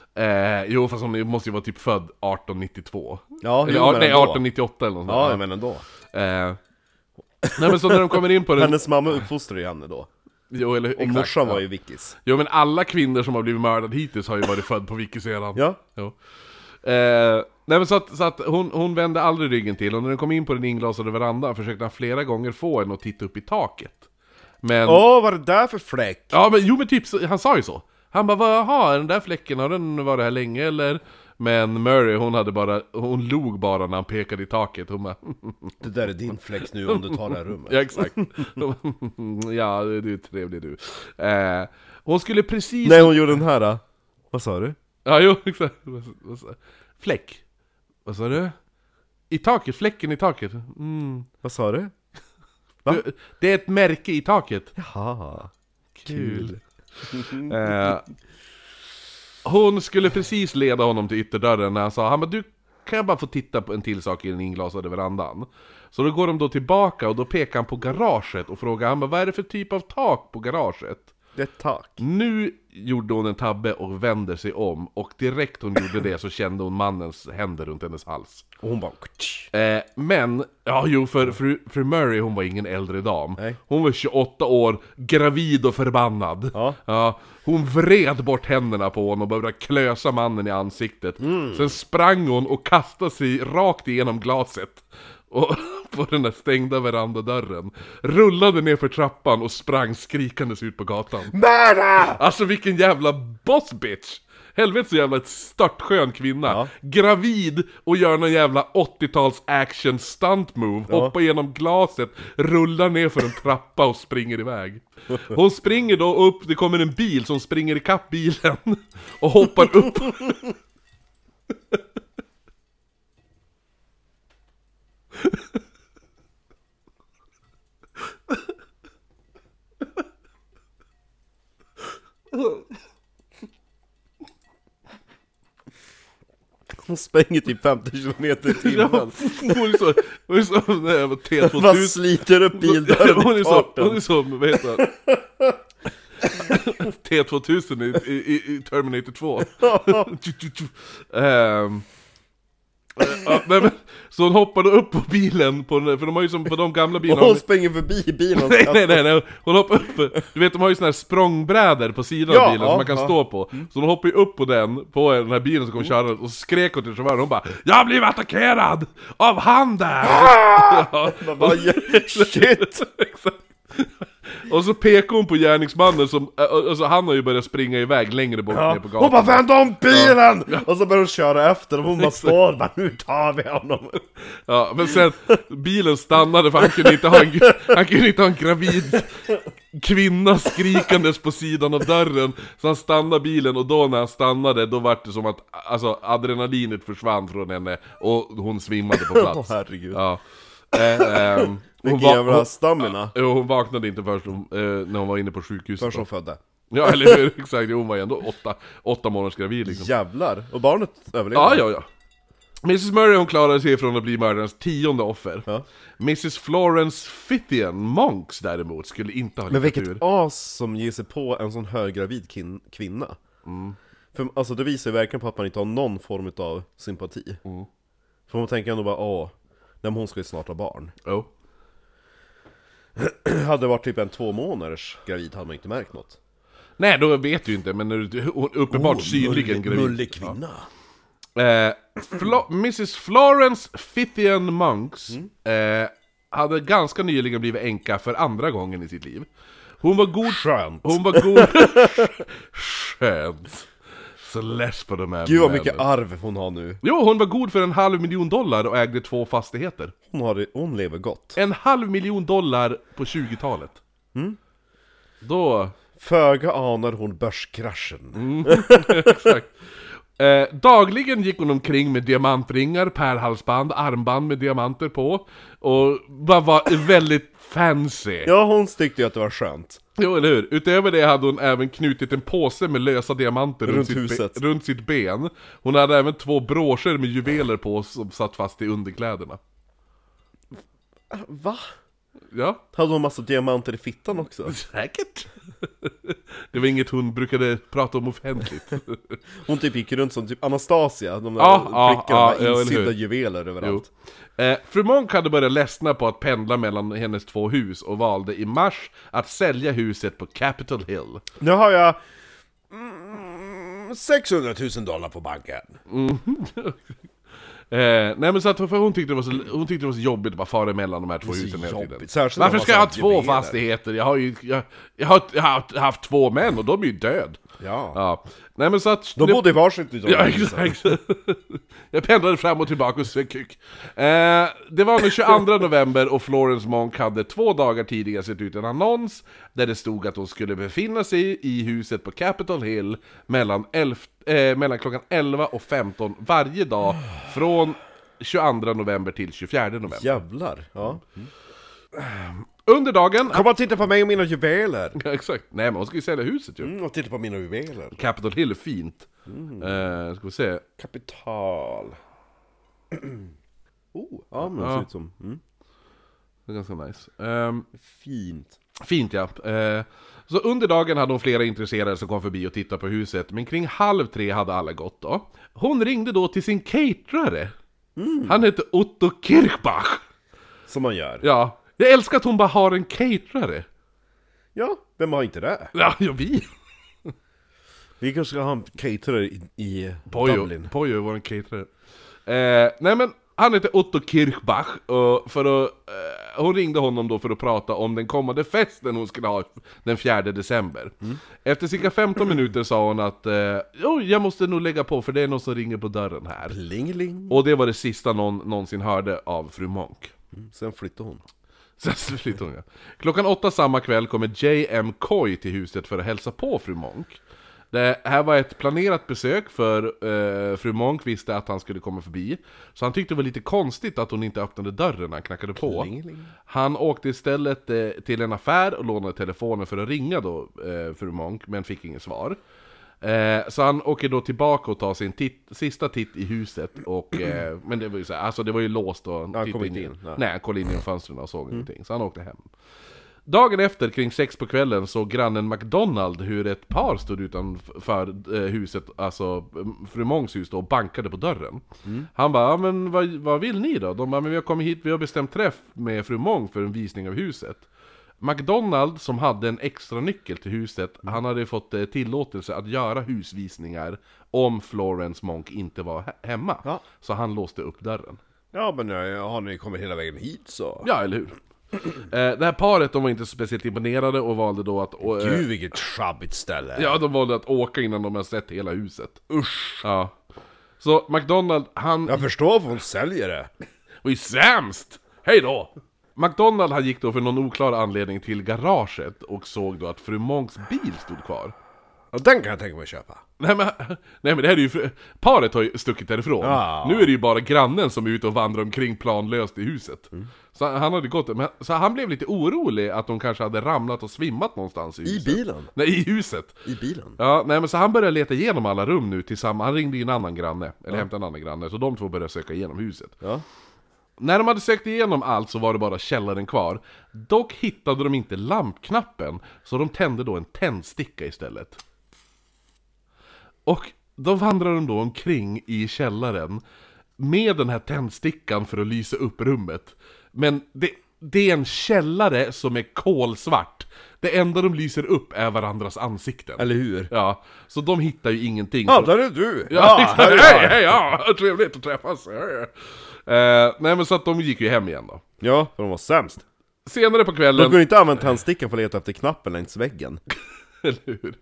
Eh, jo, fast hon måste ju vara typ född arton nittiotvå. Ja, eller, jo, nej, arton nittioåtta eller något sånt. Ja, jag menar ändå. Eh, nej, men så när de kommer in på den... Hennes mamma uppfostrar ju henne då. Jo, eller, och exakt, morsan ja. var ju Vickis. Jo, men alla kvinnor som har blivit mördade hittills har ju varit född på Vickis-eran. Ja. Jo. Eh, nej, men så att, så att hon, hon vände aldrig ryggen till. Och när de kom in på den inglasade verandan försökte han flera gånger få henne att titta upp i taket. Men... Åh, oh, vad är det där för fläck? Ja, men jo, men typ, så, han sa ju så. Han bara, jaha, den där fläcken, har den varit här länge eller? Men Murray, hon hade bara, hon log bara när han pekade i taket. Hon bara, det där är din fläck nu om du tar det här rummet. Ja, exakt. Ja, du är trevlig du. Eh, hon skulle precis... Nej, hon gjorde den här då. Vad sa du? Ja, jo, exakt. Fläck. Vad sa du? I taket, fläcken i taket. Mm. Vad sa du? Va? Du, det är ett märke i taket. Jaha, kul. eh, hon skulle precis leda honom till ytterdörren när han sa, han bara, du kan jag bara få titta på en till sak i den inglasade verandan. Så då går de då tillbaka och då pekar han på garaget och frågar, han bara, vad är det för typ av tak på garaget? Det är ett tak. Nu gjorde hon en tabbe och vänder sig om, och direkt hon gjorde det så kände hon mannens händer runt hennes hals. Och hon bara... Eh, men, ja jo, för fru, fru Murray, hon var ingen äldre dam. Nej. Hon var tjugoåtta år, gravid och förbannad. Ja. Ja, hon vred bort händerna på honom och började klösa mannen i ansiktet. Mm. Sen sprang hon och kastade sig rakt igenom glaset och på den där stängda verandadörren, rullade ner för trappan och sprang skrikandes ut på gatan. Mörda! Alltså vilken jävla boss bitch! Helvete så jävla ett störtskön kvinna. Ja. Gravid och gör någon jävla åttio-tals action stunt move. Ja. Hoppar genom glaset, rullar ner för en trappa och springer iväg. Hon springer då upp, det kommer en bil som springer ikapp bilen och hoppar upp. Hon spänger typ femtio kilometer i timmen. Ja, hon är så, hon är som när jag var T tvåtusen. Vad sliter upp bildörren hon i är så, farten. hon är som, vad heter det? T tvåtusen i, i, i Terminator två. um, uh, nej, men, så hon hoppade upp på bilen på, för de har ju som på de gamla bilarna. Och hon springer förbi bilen. nej, nej, nej, nej, hon hoppar upp. Du vet, de har ju såna här språngbrädor på sidan ja, av bilen ja, som man kan ja. stå på. Så hon hoppar ju upp på den, på den här bilen som kommer köra, och så skrek hon till chauffören. Hon bara: jag blev attackerad av han där! Ah! Man bara, shit! Exakt. Och så pekar hon på gärningsmannen som, alltså han har ju börjat springa iväg längre bort Ja. ner på gatan. Hon bara, vänd om bilen! Ja. Och så börjar hon köra efter och hon bara står bara, nu tar vi honom. Ja, men sen bilen stannade för han kunde inte ha en, han kunde inte ha en gravid kvinna skrikandes på sidan av dörren. Så han stannade bilen, och då när han stannade, då var det som att alltså, adrenalinet försvann från henne och hon svimmade på plats. Åh, herregud. Ja. Eh, eh, hon, Vilken va- jävla hon, stamina. ja, hon vaknade inte först hon, eh, när hon var inne på sjukhuset. Först som födde. Ja, eller hur? Exakt, hon var ju ändå åtta, åtta månaders gravid liksom. Jävlar. Och barnet överlevde. Ja, ja, ja. missus Murray, hon klarade sig från att bli mördarens tionde offer. Ja. missus Florence Fithian Monks däremot skulle inte ha Men lyckats vilket ur. as som ger sig på en sån höggravid kin- kvinna. Mm. För alltså det visar ju verkligen på att man inte har någon form av sympati. Mm. För man tänker ändå bara, åh, nej, men hon ska ju snart ha barn. Oh. Hade det varit typ en två månaders gravid hade man inte märkt något. Nej, då vet du inte, men när du, hon uppenbart synligen gravid. Mullig kvinna. Eh, Flo- missus Florence Fithian Monks eh, hade ganska nyligen blivit änka för andra gången i sitt liv. Hon var god... Skönt. Hon var god... Skönt. Så less på de här Gud vad männen. mycket arv hon har nu. Jo, hon var god för en halv miljon dollar och ägde två fastigheter. Hon, har det, hon lever gott. En halv miljon dollar på tjugotalet. Mm. Då... Föga anar hon börskraschen. Mm, exakt. Eh, dagligen gick hon omkring med diamantringar, pärlhalsband, armband med diamanter på. Och bara var väldigt fancy. Ja, hon tyckte ju att det var skönt. Jo, eller hur? Utöver det hade hon även knutit en påse med lösa diamanter runt, Runt sitt, huset. be- runt sitt ben. Hon hade även två broscher med juveler på som satt fast i underkläderna. Va? Ja, Hade hon massa diamanter i fittan också? säkert. Det var inget hon brukade prata om offentligt. Hon typ gick runt som typ Anastasia, de där Ja, ja, flickorna ja, med ja, eller insydda hur? juveler överallt. Eh, fru Monk hade börjat ledsna på att pendla mellan hennes två hus och valde i mars att sälja huset på Capitol Hill. Nu har jag mm, sexhundratusen dollar på banken. Eh, nej men så att för hon tyckte det var så, hon tyckte det var så jobbigt att bara fara emellan de här två Det är så husen hela tiden. jobbigt, särskilt Varför när ska jag ha man två juveler. fastigheter? Jag har ju jag, jag, har, jag har haft två män och de är ju död. Ja. Ja. Nej men så att De bodde i varsitt utav Ja, husen. exakt. Jag pendlade fram och tillbaka och sög kuk. Eh, det var den tjugoandra november och Florence Monk hade två dagar tidigare sett ut en annons där det stod att hon skulle befinna sig i huset på Capitol Hill mellan, elf, eh, mellan klockan elva och femton varje dag från tjugoandra november till tjugofjärde november. Jävlar, ja. Under dagen... Kom och titta på mig och mina juveler. Ja, exakt. Nej men hon ska ju sälja huset ju. Mm, och titta på mina juveler. Capitol Hill är fint. Mm. Eh, ska vi se. Kapital. Oh, ja men det Ja. ser ut som mm. Det är ganska nice. Ehm, Fint. Fint ja. Eh, så under dagen hade hon flera intresserade som kom förbi och tittade på huset. Men kring halv tre hade alla gått då. Hon ringde då till sin caterare. Mm. Han heter Otto Kirchbach. Som man gör. Ja. Jag älskar att hon bara har en caterare. Ja, vem har inte det? Ja, ja vi. Vi kanske ska ha en caterer i, i Pojo. Dublin. Pojo är vår caterare. Eh, nej men, han heter Otto Kirchbach. Och för att, eh, hon ringde honom då för att prata om den kommande festen hon skulle ha den fjärde december. Mm. Efter cirka femton minuter sa hon att eh, jo, jag måste nog lägga på för det är någon som ringer på dörren här. Pling-ling. Och det var det sista någon någonsin hörde av fru Monk. Mm. Sen flyttade hon. Sen flyttade hon, ja. Klockan åtta samma kväll kommer J M Coy till huset för att hälsa på fru Monk. Det här var ett planerat besök för eh, fru Monk visste att han skulle komma förbi. Så han tyckte det var lite konstigt att hon inte öppnade dörren när han knackade på. Pling-ling. Han åkte istället eh, till en affär och lånade telefonen för att ringa då eh, fru Monk, men fick inget svar. Eh, så han åker då tillbaka och tar sin titt, sista titt i huset och, eh, men det var ju så här, alltså det var ju låst och han han kom inte inte in. in. Nej. Nej, han kollade in genom fönstren och såg mm. ingenting, så han åkte hem. Dagen efter, kring sex på kvällen, såg grannen McDonald hur ett par stod utanför eh, huset, alltså fru Monks hus då, och bankade på dörren. Mm. Han bara, ja, men vad, vad vill ni då? De bara, men vi har kommit hit, vi har bestämt träff med fru Monk för en visning av huset. McDonald, som hade en extra nyckel till huset, mm. han hade fått eh, tillåtelse att göra husvisningar om Florence Monk inte var he- hemma. Ja. Så han låste upp dörren. Ja, men ja, har ni kommit hela vägen hit så? Ja, eller hur? Eh, det här paret, de var inte så speciellt imponerade och valde då att... Och, Gud, vilket sjabbigt ställe. Ja, de valde att åka innan de har sett hela huset. Usch. Ja. Så McDonald, han... Jag förstår varför hon säljer det. Och är sämst! Hej då! McDonald, han gick då för någon oklar anledning till garaget och såg då att fru Monks bil stod kvar. Ja, den kan jag tänka mig att köpa. Nej men, nej men det här är ju fru... Paret har ju stuckit därifrån. Ja. Nu är det ju bara grannen som är ute och vandrar omkring planlöst i huset. Mm. Så han hade gått, men, så han blev lite orolig att de kanske hade ramlat och svimmat någonstans i huset. I bilen? Nej, i huset. I bilen? Ja, nej men så han började leta igenom alla rum nu tillsammans. Han ringde in en annan granne, eller ja. hämtade en annan granne. Så de två började söka igenom huset. Ja. När de hade sökt igenom allt så var det bara källaren kvar. Dock hittade de inte lampknappen, så de tände då en tändsticka istället. Och då vandrade de då omkring i källaren med den här tändstickan för att lysa upp rummet. Men det, det är en källare som är kolsvart. Det enda de lyser upp är varandras ansikten. Eller hur? Ja, så de hittar ju ingenting. Ja, där är du! Ja, ja, hej, hej, ja, trevligt att träffas. Uh, nej men så att de gick ju hem igen då. Ja, för de var sämst. Senare på kvällen... De kunde inte använda tändstickan för att leta efter knappen längs väggen. Eller hur?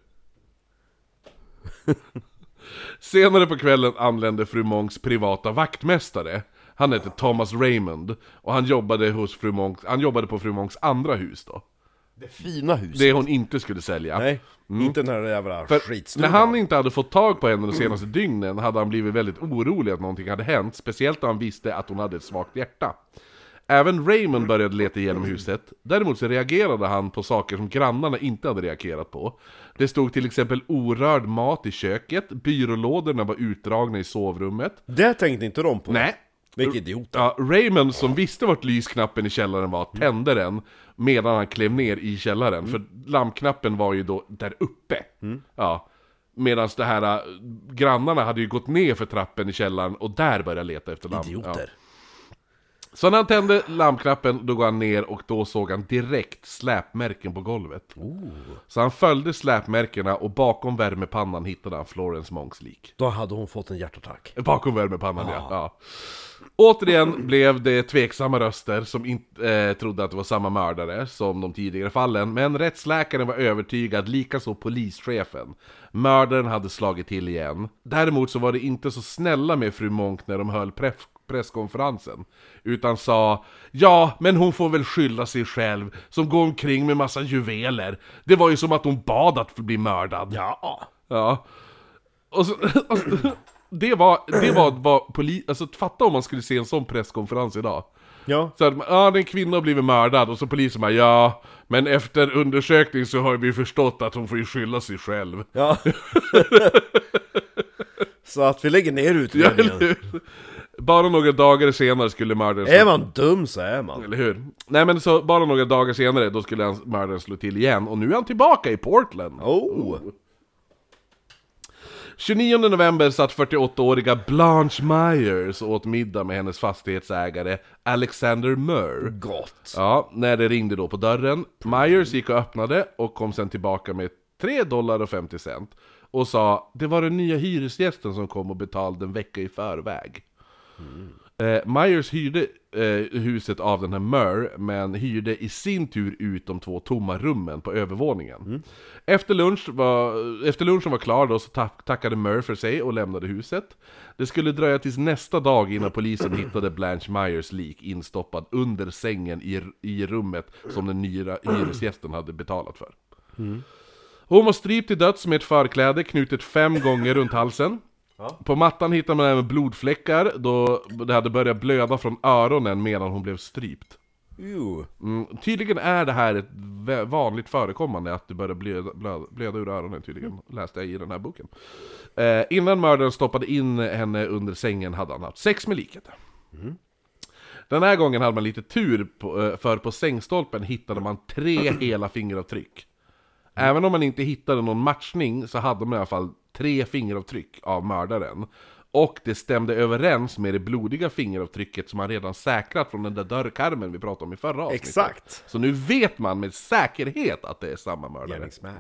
Senare på kvällen anlände fru Monks privata vaktmästare. Han hette Thomas Raymond. Och han jobbade hos fru Monks, han jobbade på fru Monks andra hus då. Det fina huset. Det hon inte skulle sälja. Nej, mm. inte den här jävla skitstugan. När han inte hade fått tag på henne de senaste dygnen hade han blivit väldigt orolig att någonting hade hänt. Speciellt när han visste att hon hade ett svagt hjärta. Även Raymond började leta igenom huset. Däremot så reagerade han på saker som grannarna inte hade reagerat på. Det stod till exempel orörd mat i köket. Byrålådorna var utdragna i sovrummet. Det tänkte inte de på. Nej. Vilket idiot. Ja, Raymond, som visste vart lysknappen i källaren var, tände den medan han klev ner i källaren. Mm. För lampknappen var ju då där uppe. Mm. Ja. Medan det här äh, grannarna hade ju gått ner för trappen i källaren och där började leta efter lamp. Idioter. Ja. Så när han tände lampknappen, då går han ner och då såg han direkt släpmärken på golvet. Oh. Så han följde släpmärkena och bakom värmepannan hittade han Florence Monks lik. Då hade hon fått en hjärtattack. Bakom värmepannan, ah. ja. ja. Återigen blev det tveksamma röster som inte eh, trodde att det var samma mördare som de tidigare fallen. Men rättsläkaren var övertygad, likaså polischefen. Mördaren hade slagit till igen. Däremot så var det inte så snälla med fru Monk när de höll pref- presskonferensen. Utan sa, ja men hon får väl skylla sig själv som går omkring med massa juveler. Det var ju som att hon bad att bli mördad. Ja. Ja. Och så... Och så Det var, det var vad poli- alltså fatta om man skulle se en sån presskonferens idag. Ja. Så att, ja, den kvinna har blivit mördad och så polisen bara, ja, men efter undersökning så har vi förstått att hon får ju skylla sig själv. Ja. Så att vi lägger ner utredningen. Ja, bara några dagar senare skulle mördaren slå... Är man dum så är man. Eller hur? Nej men så bara några dagar senare då skulle mördaren slå till igen och nu är han tillbaka i Portland. Oh. tjugonionde november satt fyrtioåttaåriga Blanche Myers åt middag med hennes fastighetsägare Alexander Murr. Gott. Ja, när det ringde då på dörren. Myers gick och öppnade och kom sen tillbaka med tre dollar och femtio cent. Och sa, det var den nya hyresgästen som kom och betalade en vecka i förväg. Mm. Eh, Myers hyrde eh, huset av den här Murr, men hyrde i sin tur ut de två tomma rummen på övervåningen. Mm. Efter, lunch var, efter lunchen var klar då, så tack, tackade Murr för sig och lämnade huset. Det skulle dröja tills nästa dag innan polisen hittade Blanche Myers lik instoppad under sängen i, i rummet som den nya hyresgästen hade betalat för. Mm. Hon var strypt till döds med ett förkläde knutet fem gånger runt halsen. Ja. På mattan hittade man även blodfläckar då det hade börjat blöda från öronen medan hon blev strypt. Jo. Mm, tydligen är det här ett vä- vanligt förekommande att du börjar blöda, blöda, blöda ur öronen tydligen, läste jag i den här boken. Eh, innan mördaren stoppade in henne under sängen hade han haft sex med liket. Mm. Den här gången hade man lite tur, på, för på sängstolpen hittade man tre hela fingeravtryck. Även om man inte hittade någon matchning så hade man i alla fall tre fingeravtryck av mördaren. Och det stämde överens med det blodiga fingeravtrycket som man redan säkrat från den där dörrkarmen vi pratade om i förra avsnittet. Exakt. Så nu vet man med säkerhet att det är samma mördare. Gärningsman.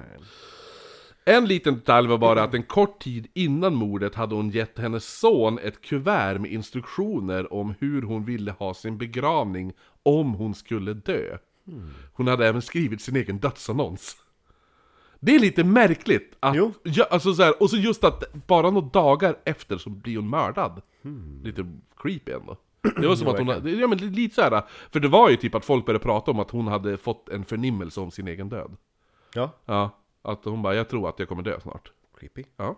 En liten detalj var bara att en kort tid innan mordet hade hon gett hennes son ett kuvert med instruktioner om hur hon ville ha sin begravning om hon skulle dö. Hon hade även skrivit sin egen dödsannons. Det är lite märkligt att, Jo. ja, alltså så här, och så just att bara några dagar efter så blir hon mördad. Hmm. Lite creepy ändå. Det var som att hon, ja men lite så här, för det var ju typ att folk började prata om att hon hade fått en förnimmelse om sin egen död. Ja. Ja, att hon bara, jag tror att jag kommer dö snart. Creepy. Ja.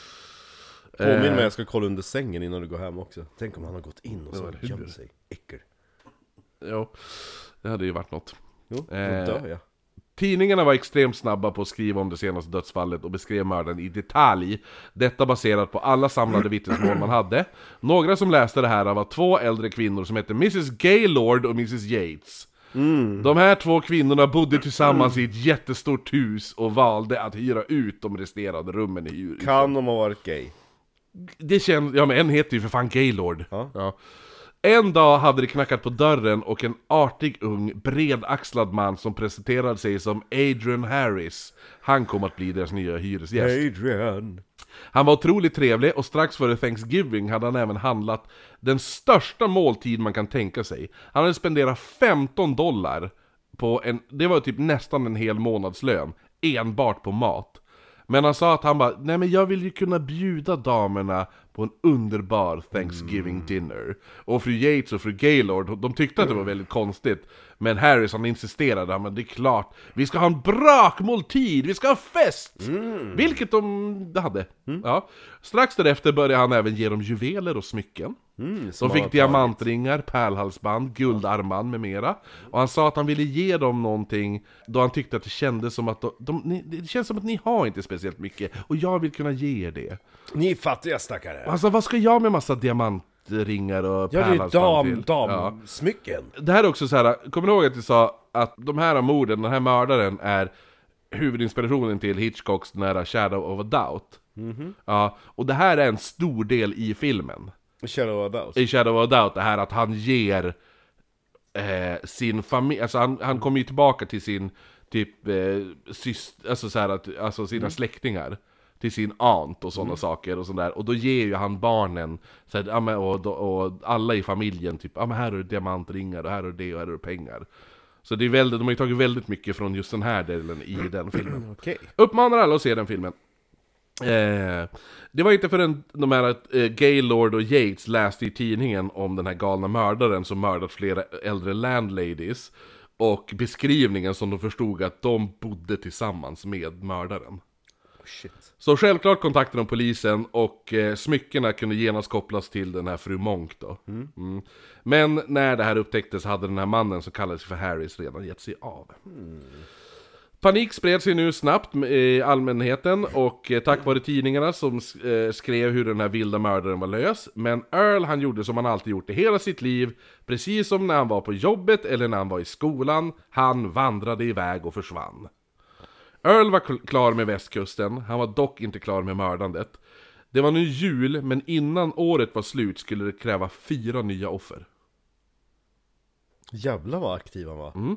Påminn mig, Eh, jag ska kolla under sängen innan du går hem också. Tänk om han har gått in och så Ja, gömt sig. Äckel. Jo, det hade ju varit något. Jo, då Eh, dör jag. Tidningarna var extremt snabba på att skriva om det senaste dödsfallet och beskrev mördaren i detalj. Detta baserat på alla samlade vittnesmål man hade. Några som läste det här var två äldre kvinnor som hette missus Gaylord och missus Yates. Mm. De här två kvinnorna bodde tillsammans i ett jättestort hus och valde att hyra ut de resterande rummen i huset. Kan de ha varit gay? Det känns, ja men en heter ju för fan Gaylord. Ja. Ja. En dag hade det knackat på dörren och en artig ung, bredaxlad man som presenterade sig som Adrian Harris. Han kom att bli deras nya hyresgäst. Adrian. Han var otroligt trevlig och strax före Thanksgiving hade han även handlat den största måltid man kan tänka sig. Han hade spenderat femton dollar på en, det var typ nästan en hel månadslön, enbart på mat. Men han sa att han bara, nej men jag vill ju kunna bjuda damerna på en underbar Thanksgiving mm. dinner. Och fru Yates och fru Gaylord, de tyckte att det var väldigt konstigt. Men Harris han insisterade, men det är klart, vi ska ha en brakmåltid, vi ska ha fest! Mm. Vilket de hade. Mm. Ja. Strax därefter började han även ge dem juveler och smycken. Mm, de fick diamantringar, pärlhalsband, guldarmband med mera. Och han sa att han ville ge dem någonting då han tyckte att det kändes som att de, de, ni, det känns som att ni har inte speciellt mycket och jag vill kunna ge er det. Ni är fattiga stackare. Alltså vad ska jag med massa diamantringar och ja, pärlhalsband till? Ja, det är dam, smycken. Det här är också så här, kommer ni ihåg att jag sa att de här morden, den här mördaren är huvudinspirationen till Hitchcocks den här Shadow of a Doubt. Mm-hmm. Ja, och det här är en stor del i filmen. Shadow of a Doubt. I Shadow of a Doubt, det här att han ger eh, sin familj, alltså han, han kommer ju tillbaka till sin typ eh, syster, alltså så här att, alltså sina mm. släktingar, till sin aunt och sådana mm. saker och sådär, och då ger ju han barnen så här, ja, men, och, och alla i familjen typ, ja men här har du diamantringar och här har du det och här har du pengar. Så det är väldigt, de har ju tagit väldigt mycket från just den här delen i den filmen. Okay. Uppmanar alla att se den filmen. Eh, det var inte förrän de här eh, Gaylord och Yates läste i tidningen om den här galna mördaren som mördat flera äldre landladies och beskrivningen som de förstod att de bodde tillsammans med mördaren. Oh, shit. Så självklart kontaktade de polisen och eh, smyckena kunde genast kopplas till den här fru Monk då. Mm. Mm. Men när det här upptäcktes hade den här mannen som kallades för Harris redan gett sig av. Mm. Panik spred sig nu snabbt i allmänheten och eh, tack vare tidningarna som eh, skrev hur den här vilda mördaren var lös. Men Earl han gjorde som han alltid gjort i hela sitt liv, precis som när han var på jobbet eller när han var i skolan. Han vandrade iväg och försvann. Earl var klar med västkusten, han var dock inte klar med mördandet. Det var nu jul, men innan året var slut skulle det kräva fyra nya offer. Jävlar vad aktiv han var. Mm.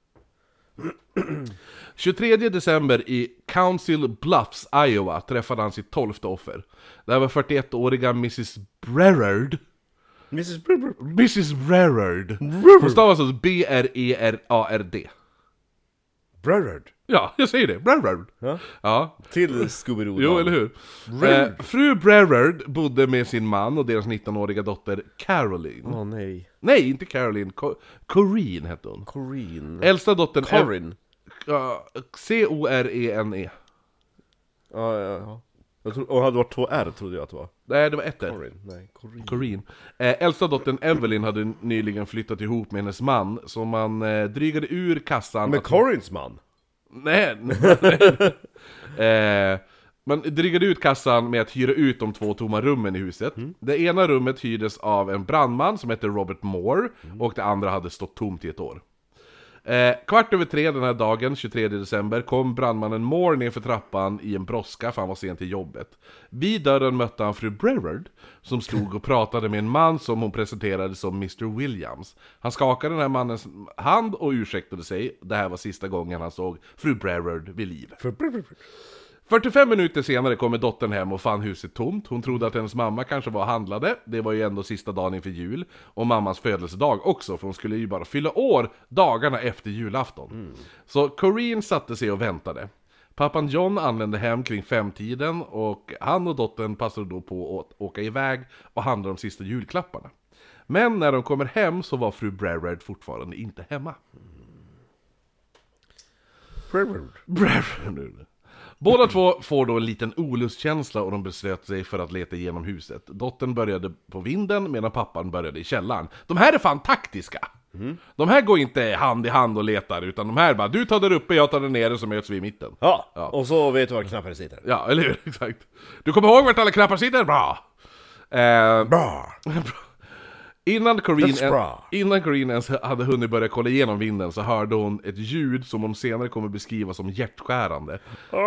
tjugotredje december i Council Bluffs, Iowa träffade han sitt tolfte offer. Det här var fyrtioettåriga missus Brerard. missus Brerard. missus Brerard. Hon stavas alltså B R E R A R D. Brerard. Ja, jag säger det. Brerard. Ja. Ja. Till Scooby-Doo. Jo, eller hur? Eh, fru Brerard bodde med sin man och deras nittonåriga dotter Caroline. Åh oh, nej. Nej, inte Caroline. Co- Corrine hette hon. Corrine. Äldsta dottern... Corin. Uh, C O R E N E. Ja, ja, ja. Jag trodde, och hade det varit två R trodde jag att det var. Nej, det var ett R. Corinne. Nej, Corinne. Corinne. Eh, äldsta dottern Evelyn hade nyligen flyttat ihop med hennes man, så man eh, drygade ur kassan. Men att... Corins man? Nej, nej. eh, man drygade ut kassan med att hyra ut de två tomma rummen i huset. Mm. Det ena rummet hyrdes av en brandman som hette Robert Moore, mm. och det andra hade stått tomt i ett år. Eh, kvart över tre den här dagen, tjugotredje december, kom brandmannen Moore ner för trappan i en brådska för han var sent till jobbet. Vid dörren mötte han fru Brevard, som stod och pratade med en man som hon presenterade som mister Williams. Han skakade den här mannens hand och ursäktade sig. Det här var sista gången han såg fru Brevard vid liv. fyrtiofem minuter senare kommer dottern hem och fann huset tomt. Hon trodde att hennes mamma kanske var och handlade. Det var ju ändå sista dagen inför jul. Och mammas födelsedag också, för hon skulle ju bara fylla år dagarna efter julafton. Mm. Så Corinne satte sig och väntade. Pappan John anlände hem kring femtiden och han och dottern passade då på att åka iväg och handla de sista julklapparna. Men när de kommer hem så var fru Brevard fortfarande inte hemma. Brevard. Brevard. Båda två får då en liten olustkänsla och de beslöt sig för att leta igenom huset. Dottern började på vinden medan pappan började i källaren. De här är fan taktiska. Mm. De här går inte hand i hand och letar, utan de här bara, du tar där uppe, jag tar där nere, så möts vi i mitten. Ja, ja. Och så vet du var knappar sitter. Ja, eller hur? Exakt. Du kommer ihåg vart alla knappar sitter? Bra! Eh, Bra! Innan Corinne, innan Corinne ens hade hunnit börja kolla igenom vinden så hörde hon ett ljud som hon senare kommer beskriva som hjärtskärande.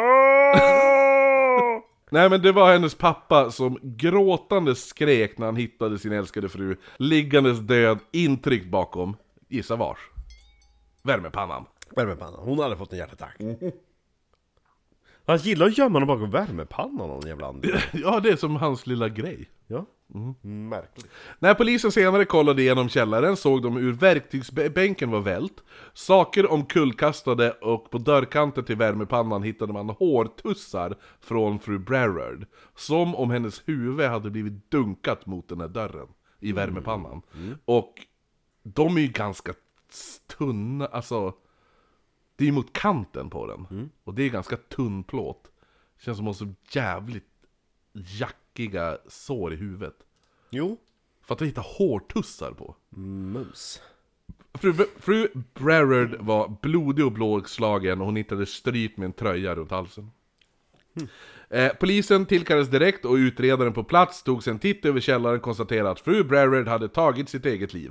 Oh! Nej, men det var hennes pappa som gråtande skrek när han hittade sin älskade fru liggandes död, intryckt bakom, gissa vars, värmepannan. Värmepannan, hon hade fått en hjärtattack. Mm. Han gillar att gömma honom bakom värmepannan någon jävla anledning. Ja, det är som hans lilla grej. Ja, mm. Märkligt. När polisen senare kollade igenom källaren såg de hur verktygsbänken var vält. Saker omkullkastade och på dörrkanten till värmepannan hittade man hårtussar från fru Brevard. Som om hennes huvud hade blivit dunkat mot den här dörren i värmepannan. Mm. Mm. Och de är ju ganska tunna, alltså... Det är ju mot kanten på den. Mm. Och det är ganska tunn plåt. Det känns som hon så jävligt jackiga sår i huvudet. Jo. För att hitta hårtussar på. Mus. Fru, fru Brevard var blodig och blåslagen och hon hittade stryp med en tröja runt halsen. Mm. Eh, polisen tillkallades direkt och utredaren på plats tog sig en titt över källaren och konstaterade att fru Brevard hade tagit sitt eget liv.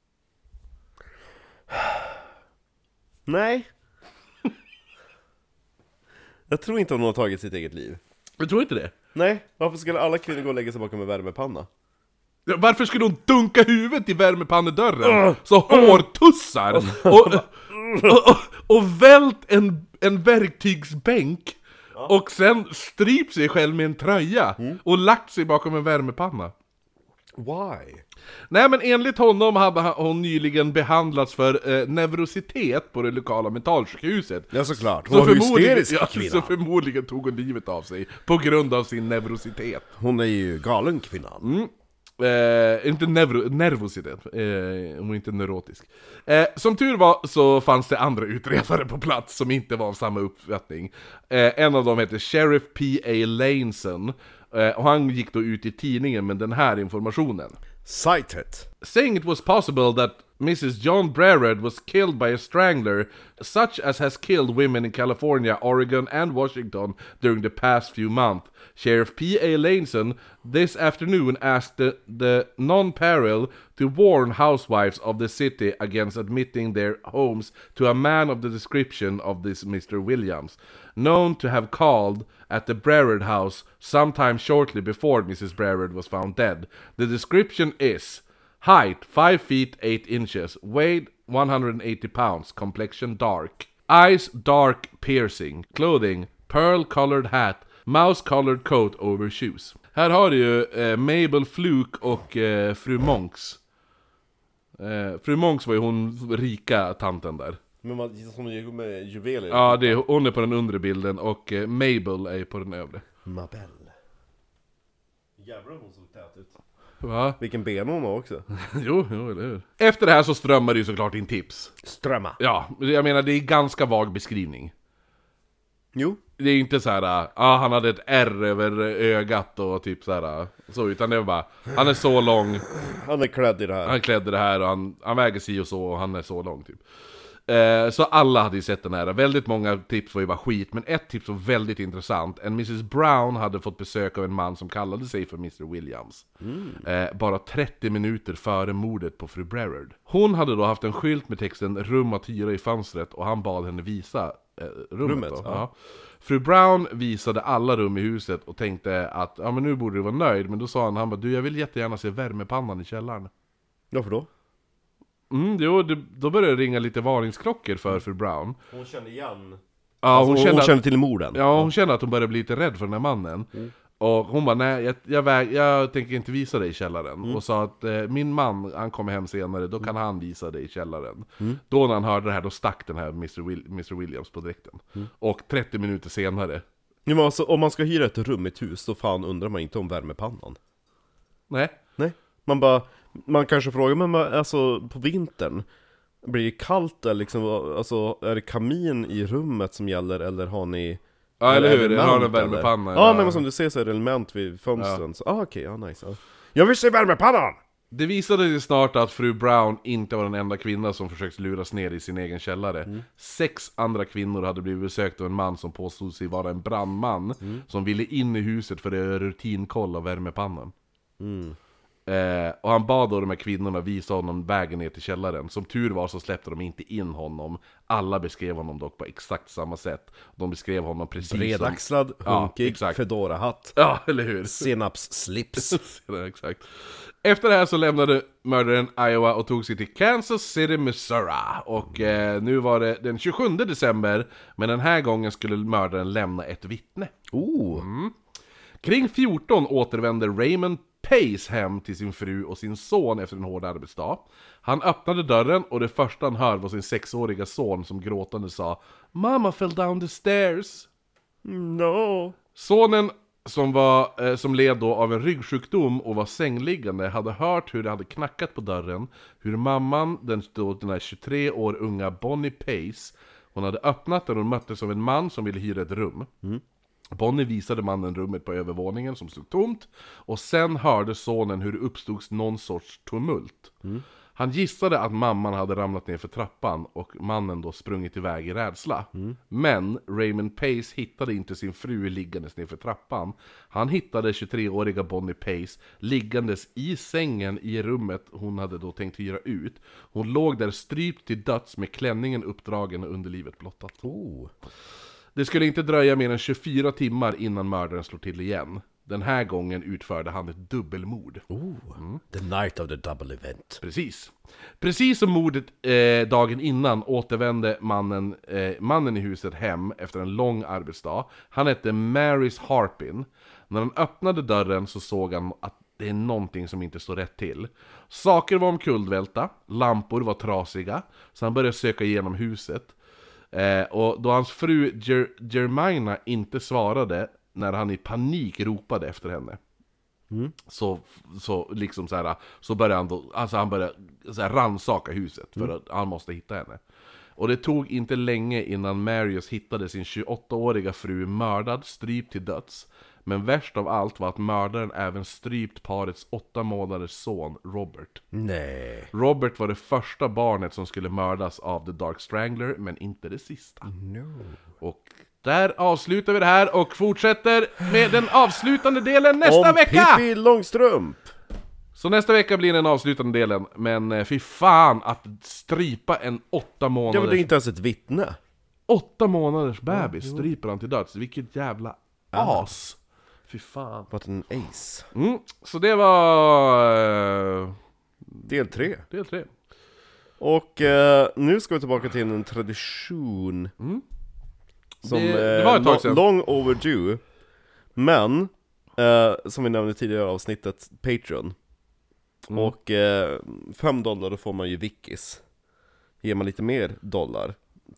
Nej. Jag tror inte hon har tagit sitt eget liv. Jag tror inte det. Nej, varför skulle alla kvinnor gå och lägga sig bakom en värmepanna? Ja, varför skulle hon dunka huvudet i värmepannedörren? Uh, så hårtussar uh, och, och, och, och vält en, en verktygsbänk uh. och sen strypt sig själv med en tröja mm. och lagt sig bakom en värmepanna. Why? Nej, men enligt honom hade hon nyligen behandlats för eh, neurositet på det lokala mentalsjukhuset. Ja, såklart. Hon så, var förmodligen, ja, så förmodligen tog hon livet av sig på grund av sin neurositet. Hon är ju galen kvinna. Mm. Eh, inte neuro, nervositet, eh, hon är inte neurotisk. Eh, som tur var så fanns det andra utredare på plats som inte var av samma uppfattning. Eh, en av dem heter Sheriff P A Laneson. Uh, och han gick då ut i tidningen med den här informationen. Cited. Saying it was possible that missus John Brevard was killed by a strangler such as has killed women in California, Oregon and Washington during the past few months. Sheriff P A Laneson this afternoon asked the, the non-peril to warn housewives of the city against admitting their homes to a man of the description of this Mister Williams, known to have called at the Brevard house sometime shortly before Missus Brevard was found dead. The description is height five feet eight inches, weight one hundred eighty pounds, complexion dark, eyes dark piercing, clothing pearl-colored hat, mouse-colored coat over shoes. Här har du ju eh, Mabel Fluke och eh, fru Monks. Eh, fru Monks var ju hon rika tanten där. Men man som med juveler. Ja, det är, hon är på den undre bilden och eh, Mabel är på den övre. Mabel. Jävlar hon såg tät ut. Va? Vilken ben hon har också. jo, jo, eller hur. Efter det här så strömmar det ju såklart in tips. Strömma. Ja, jag menar det är ganska vag beskrivning. Jo. det är inte så här, ja ah, han hade ett ärr över ögat och typ så här, så, utan det var bara, han är så lång. Han är klädd i det här. Han är klädd i det här och han, han väger sig och så och han är så lång typ. Eh, så alla hade ju sett den här. Väldigt många tips var ju bara skit, men ett tips var väldigt intressant. En missus Brown hade fått besök av en man som kallade sig för mister Williams. Mm. Eh, bara trettio minuter före mordet på fru Brerard. Hon hade då haft en skylt med texten rum att hyra i fönstret och han bad henne visa eh, rummet. rummet då. Ja. Ja. Fru Brown visade alla rum i huset och tänkte att ja, men nu borde du vara nöjd. Men då sa han, han bara, du jag vill jättegärna se värmepannan i källaren. Varför då? Mm, jo, det, då började det ringa lite varningsklockor för fru Brown. Hon kände igen. Ja, alltså, hon, hon, kände hon att, kände till morden. Ja, hon kände att hon började bli lite rädd för den här mannen. Mm. Och hon bara, nej, jag, jag, väg, jag tänker inte visa dig i källaren. Mm. Och sa att eh, min man, han kommer hem senare, då kan mm. han visa dig i källaren. Mm. Då när han hörde det här, då stack den här mister Will, mister Williams på direkten. Mm. Och trettio minuter senare. Ja, men alltså, om man ska hyra ett rum i ett hus, då fan undrar man inte om värmepannan. Nej. Nej, man bara, man kanske frågar, men alltså på vintern blir det kallt där liksom, alltså är det kamin i rummet som gäller, eller har ni... Ja, eller hur? Har ni en värmepanna? Ja, men som du ser så är det element vid fönstren. Ja. Så, ah, okej, okay, ja, nice. Ja. Jag vill se värmepannan! Det visade sig snart att fru Brown inte var den enda kvinna som försökte luras ner i sin egen källare. Mm. Sex andra kvinnor hade blivit besökt av en man som påstod sig vara en brandman mm. som ville in i huset för att göra rutinkoll av värmepannan. Mm. Eh, och han bad då de här kvinnorna visa honom vägen ner till källaren. Som tur var så släppte de inte in honom. Alla beskrev honom dock på exakt samma sätt. De beskrev honom precis bredaxlad, som... hunkig, ja, fedora-hatt. Ja, eller hur? Senaps-slips. Ja, exakt. Efter det här så lämnade mördaren Iowa och tog sig till Kansas City, Missouri. Och eh, nu var det den tjugosjunde december. Men den här gången skulle mördaren lämna ett vittne. Oh. Mm. Kring fjorton återvände Raymond Pace hem till sin fru och sin son efter en hård arbetsdag. Han öppnade dörren och det första han hör var sin sexåriga son som gråtande sa "Mama fell down the stairs." No. Sonen som, var, eh, som led då av en ryggsjukdom och var sängliggande hade hört hur det hade knackat på dörren. Hur mamman, den, då, den här tjugotre år unga Bonnie Pace, hon hade öppnat den och möttes av en man som ville hyra ett rum. Mm. Bonnie visade mannen rummet på övervåningen som stod tomt. Och sen hörde sonen hur det uppstods någon sorts tumult. Mm. Han gissade att mamman hade ramlat ner för trappan och mannen då sprungit iväg i rädsla. Mm. Men Raymond Pace hittade inte sin fru liggandes ner för trappan. Han hittade tjugotre-åriga Bonnie Pace liggandes i sängen i rummet hon hade då tänkt hyra ut. Hon låg där strypt till döds med klänningen uppdragen och underlivet blottat. Oh. Det skulle inte dröja mer än tjugofyra timmar innan mördaren slår till igen. Den här gången utförde han ett dubbelmord. Oh, mm. The night of the double event. Precis. Precis som mordet eh, dagen innan återvände mannen, eh, mannen i huset hem efter en lång arbetsdag. Han hette Maris Harpin. När han öppnade dörren så såg han att det är någonting som inte står rätt till. Saker var omkullvälta, lampor var trasiga, så han började söka igenom huset. Eh, och då hans fru Ger- Germina inte svarade när han i panik ropade efter henne. Mm. Så, så liksom så här, så började han då, alltså han började så här rannsaka huset för mm. att han måste hitta henne. Och det tog inte länge innan Marius hittade sin tjugoåttaåriga fru mördad, strypt till döds. Men värst av allt var att mördaren även strypt parets åtta månaders son, Robert. Nej. Robert var det första barnet som skulle mördas av The Dark Strangler, men inte det sista. No. Och där avslutar vi det här och fortsätter med den avslutande delen nästa Om vecka! Pippi Långstrump! Så nästa vecka blir den avslutande delen, men fy fan att strypa en åtta månaders... Ja, men det är inte ens ett vittne. Åtta månaders bebis ja, stryper han till döds. Vilket jävla as. Fy fan. What an ace. Mm, så det var... Uh, del tre. Del tre. Och uh, nu ska vi tillbaka till en tradition. Mm. Som det, det var ett tag sedan. Long overdue. Men, uh, som vi nämnde tidigare i avsnittet, Patreon. Mm. Och uh, fem dollar då får man ju wikis. Ger man lite mer dollar,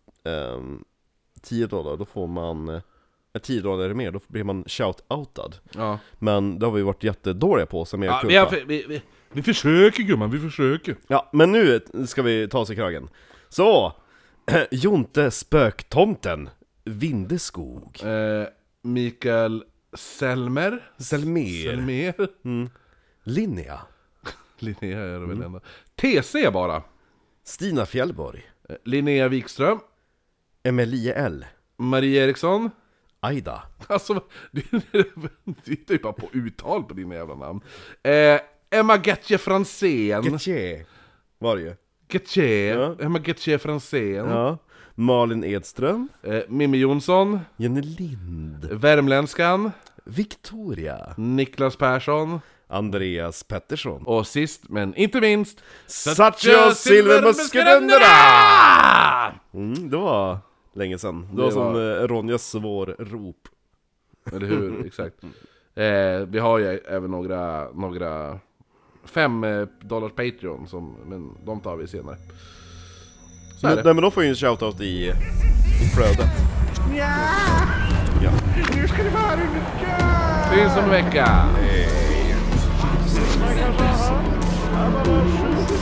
um, tio dollar då får man... Uh, tio dollar eller mer, då blir man shout-outad. Ja. Men det har vi varit jättedåliga på som är ja, vi, har, vi, vi, vi försöker gumman, vi försöker. Ja, men nu ska vi ta oss i kragen. Så, Jonte Spöktomten Vindeskog. Eh, Mikael Selmer. Selmer. Selmer. Mm. Linnea. Linnea är det väl mm. ändå. T C bara. Stina Fjällborg. Eh, Linnea Wikström. Emilie L. Marie Eriksson. Aida. Alltså, du tittar ju bara på uttal på dina jävla namn. Eh, Emma Getche Fransén. Getche var det ju. Getche. Ja. Emma Getche Fransén. Ja. Malin Edström. Eh, Mimmi Jonsson. Jenny Lind. Värmländskan. Victoria. Niklas Persson. Andreas Pettersson. Och sist men inte minst Satcha Silvermuskeländerna! Mm, det var länge sedan. Det, det var som var... Ronjas svår rop. Eller hur, exakt. eh, Vi har ju även några, några fem dollars Patreon som, men de tar vi senare. Så men, nej, men de får ju en shoutout i, i flödet. Ja! Ja. Nu ska det vara mycket! Syns om en vecka! Hey.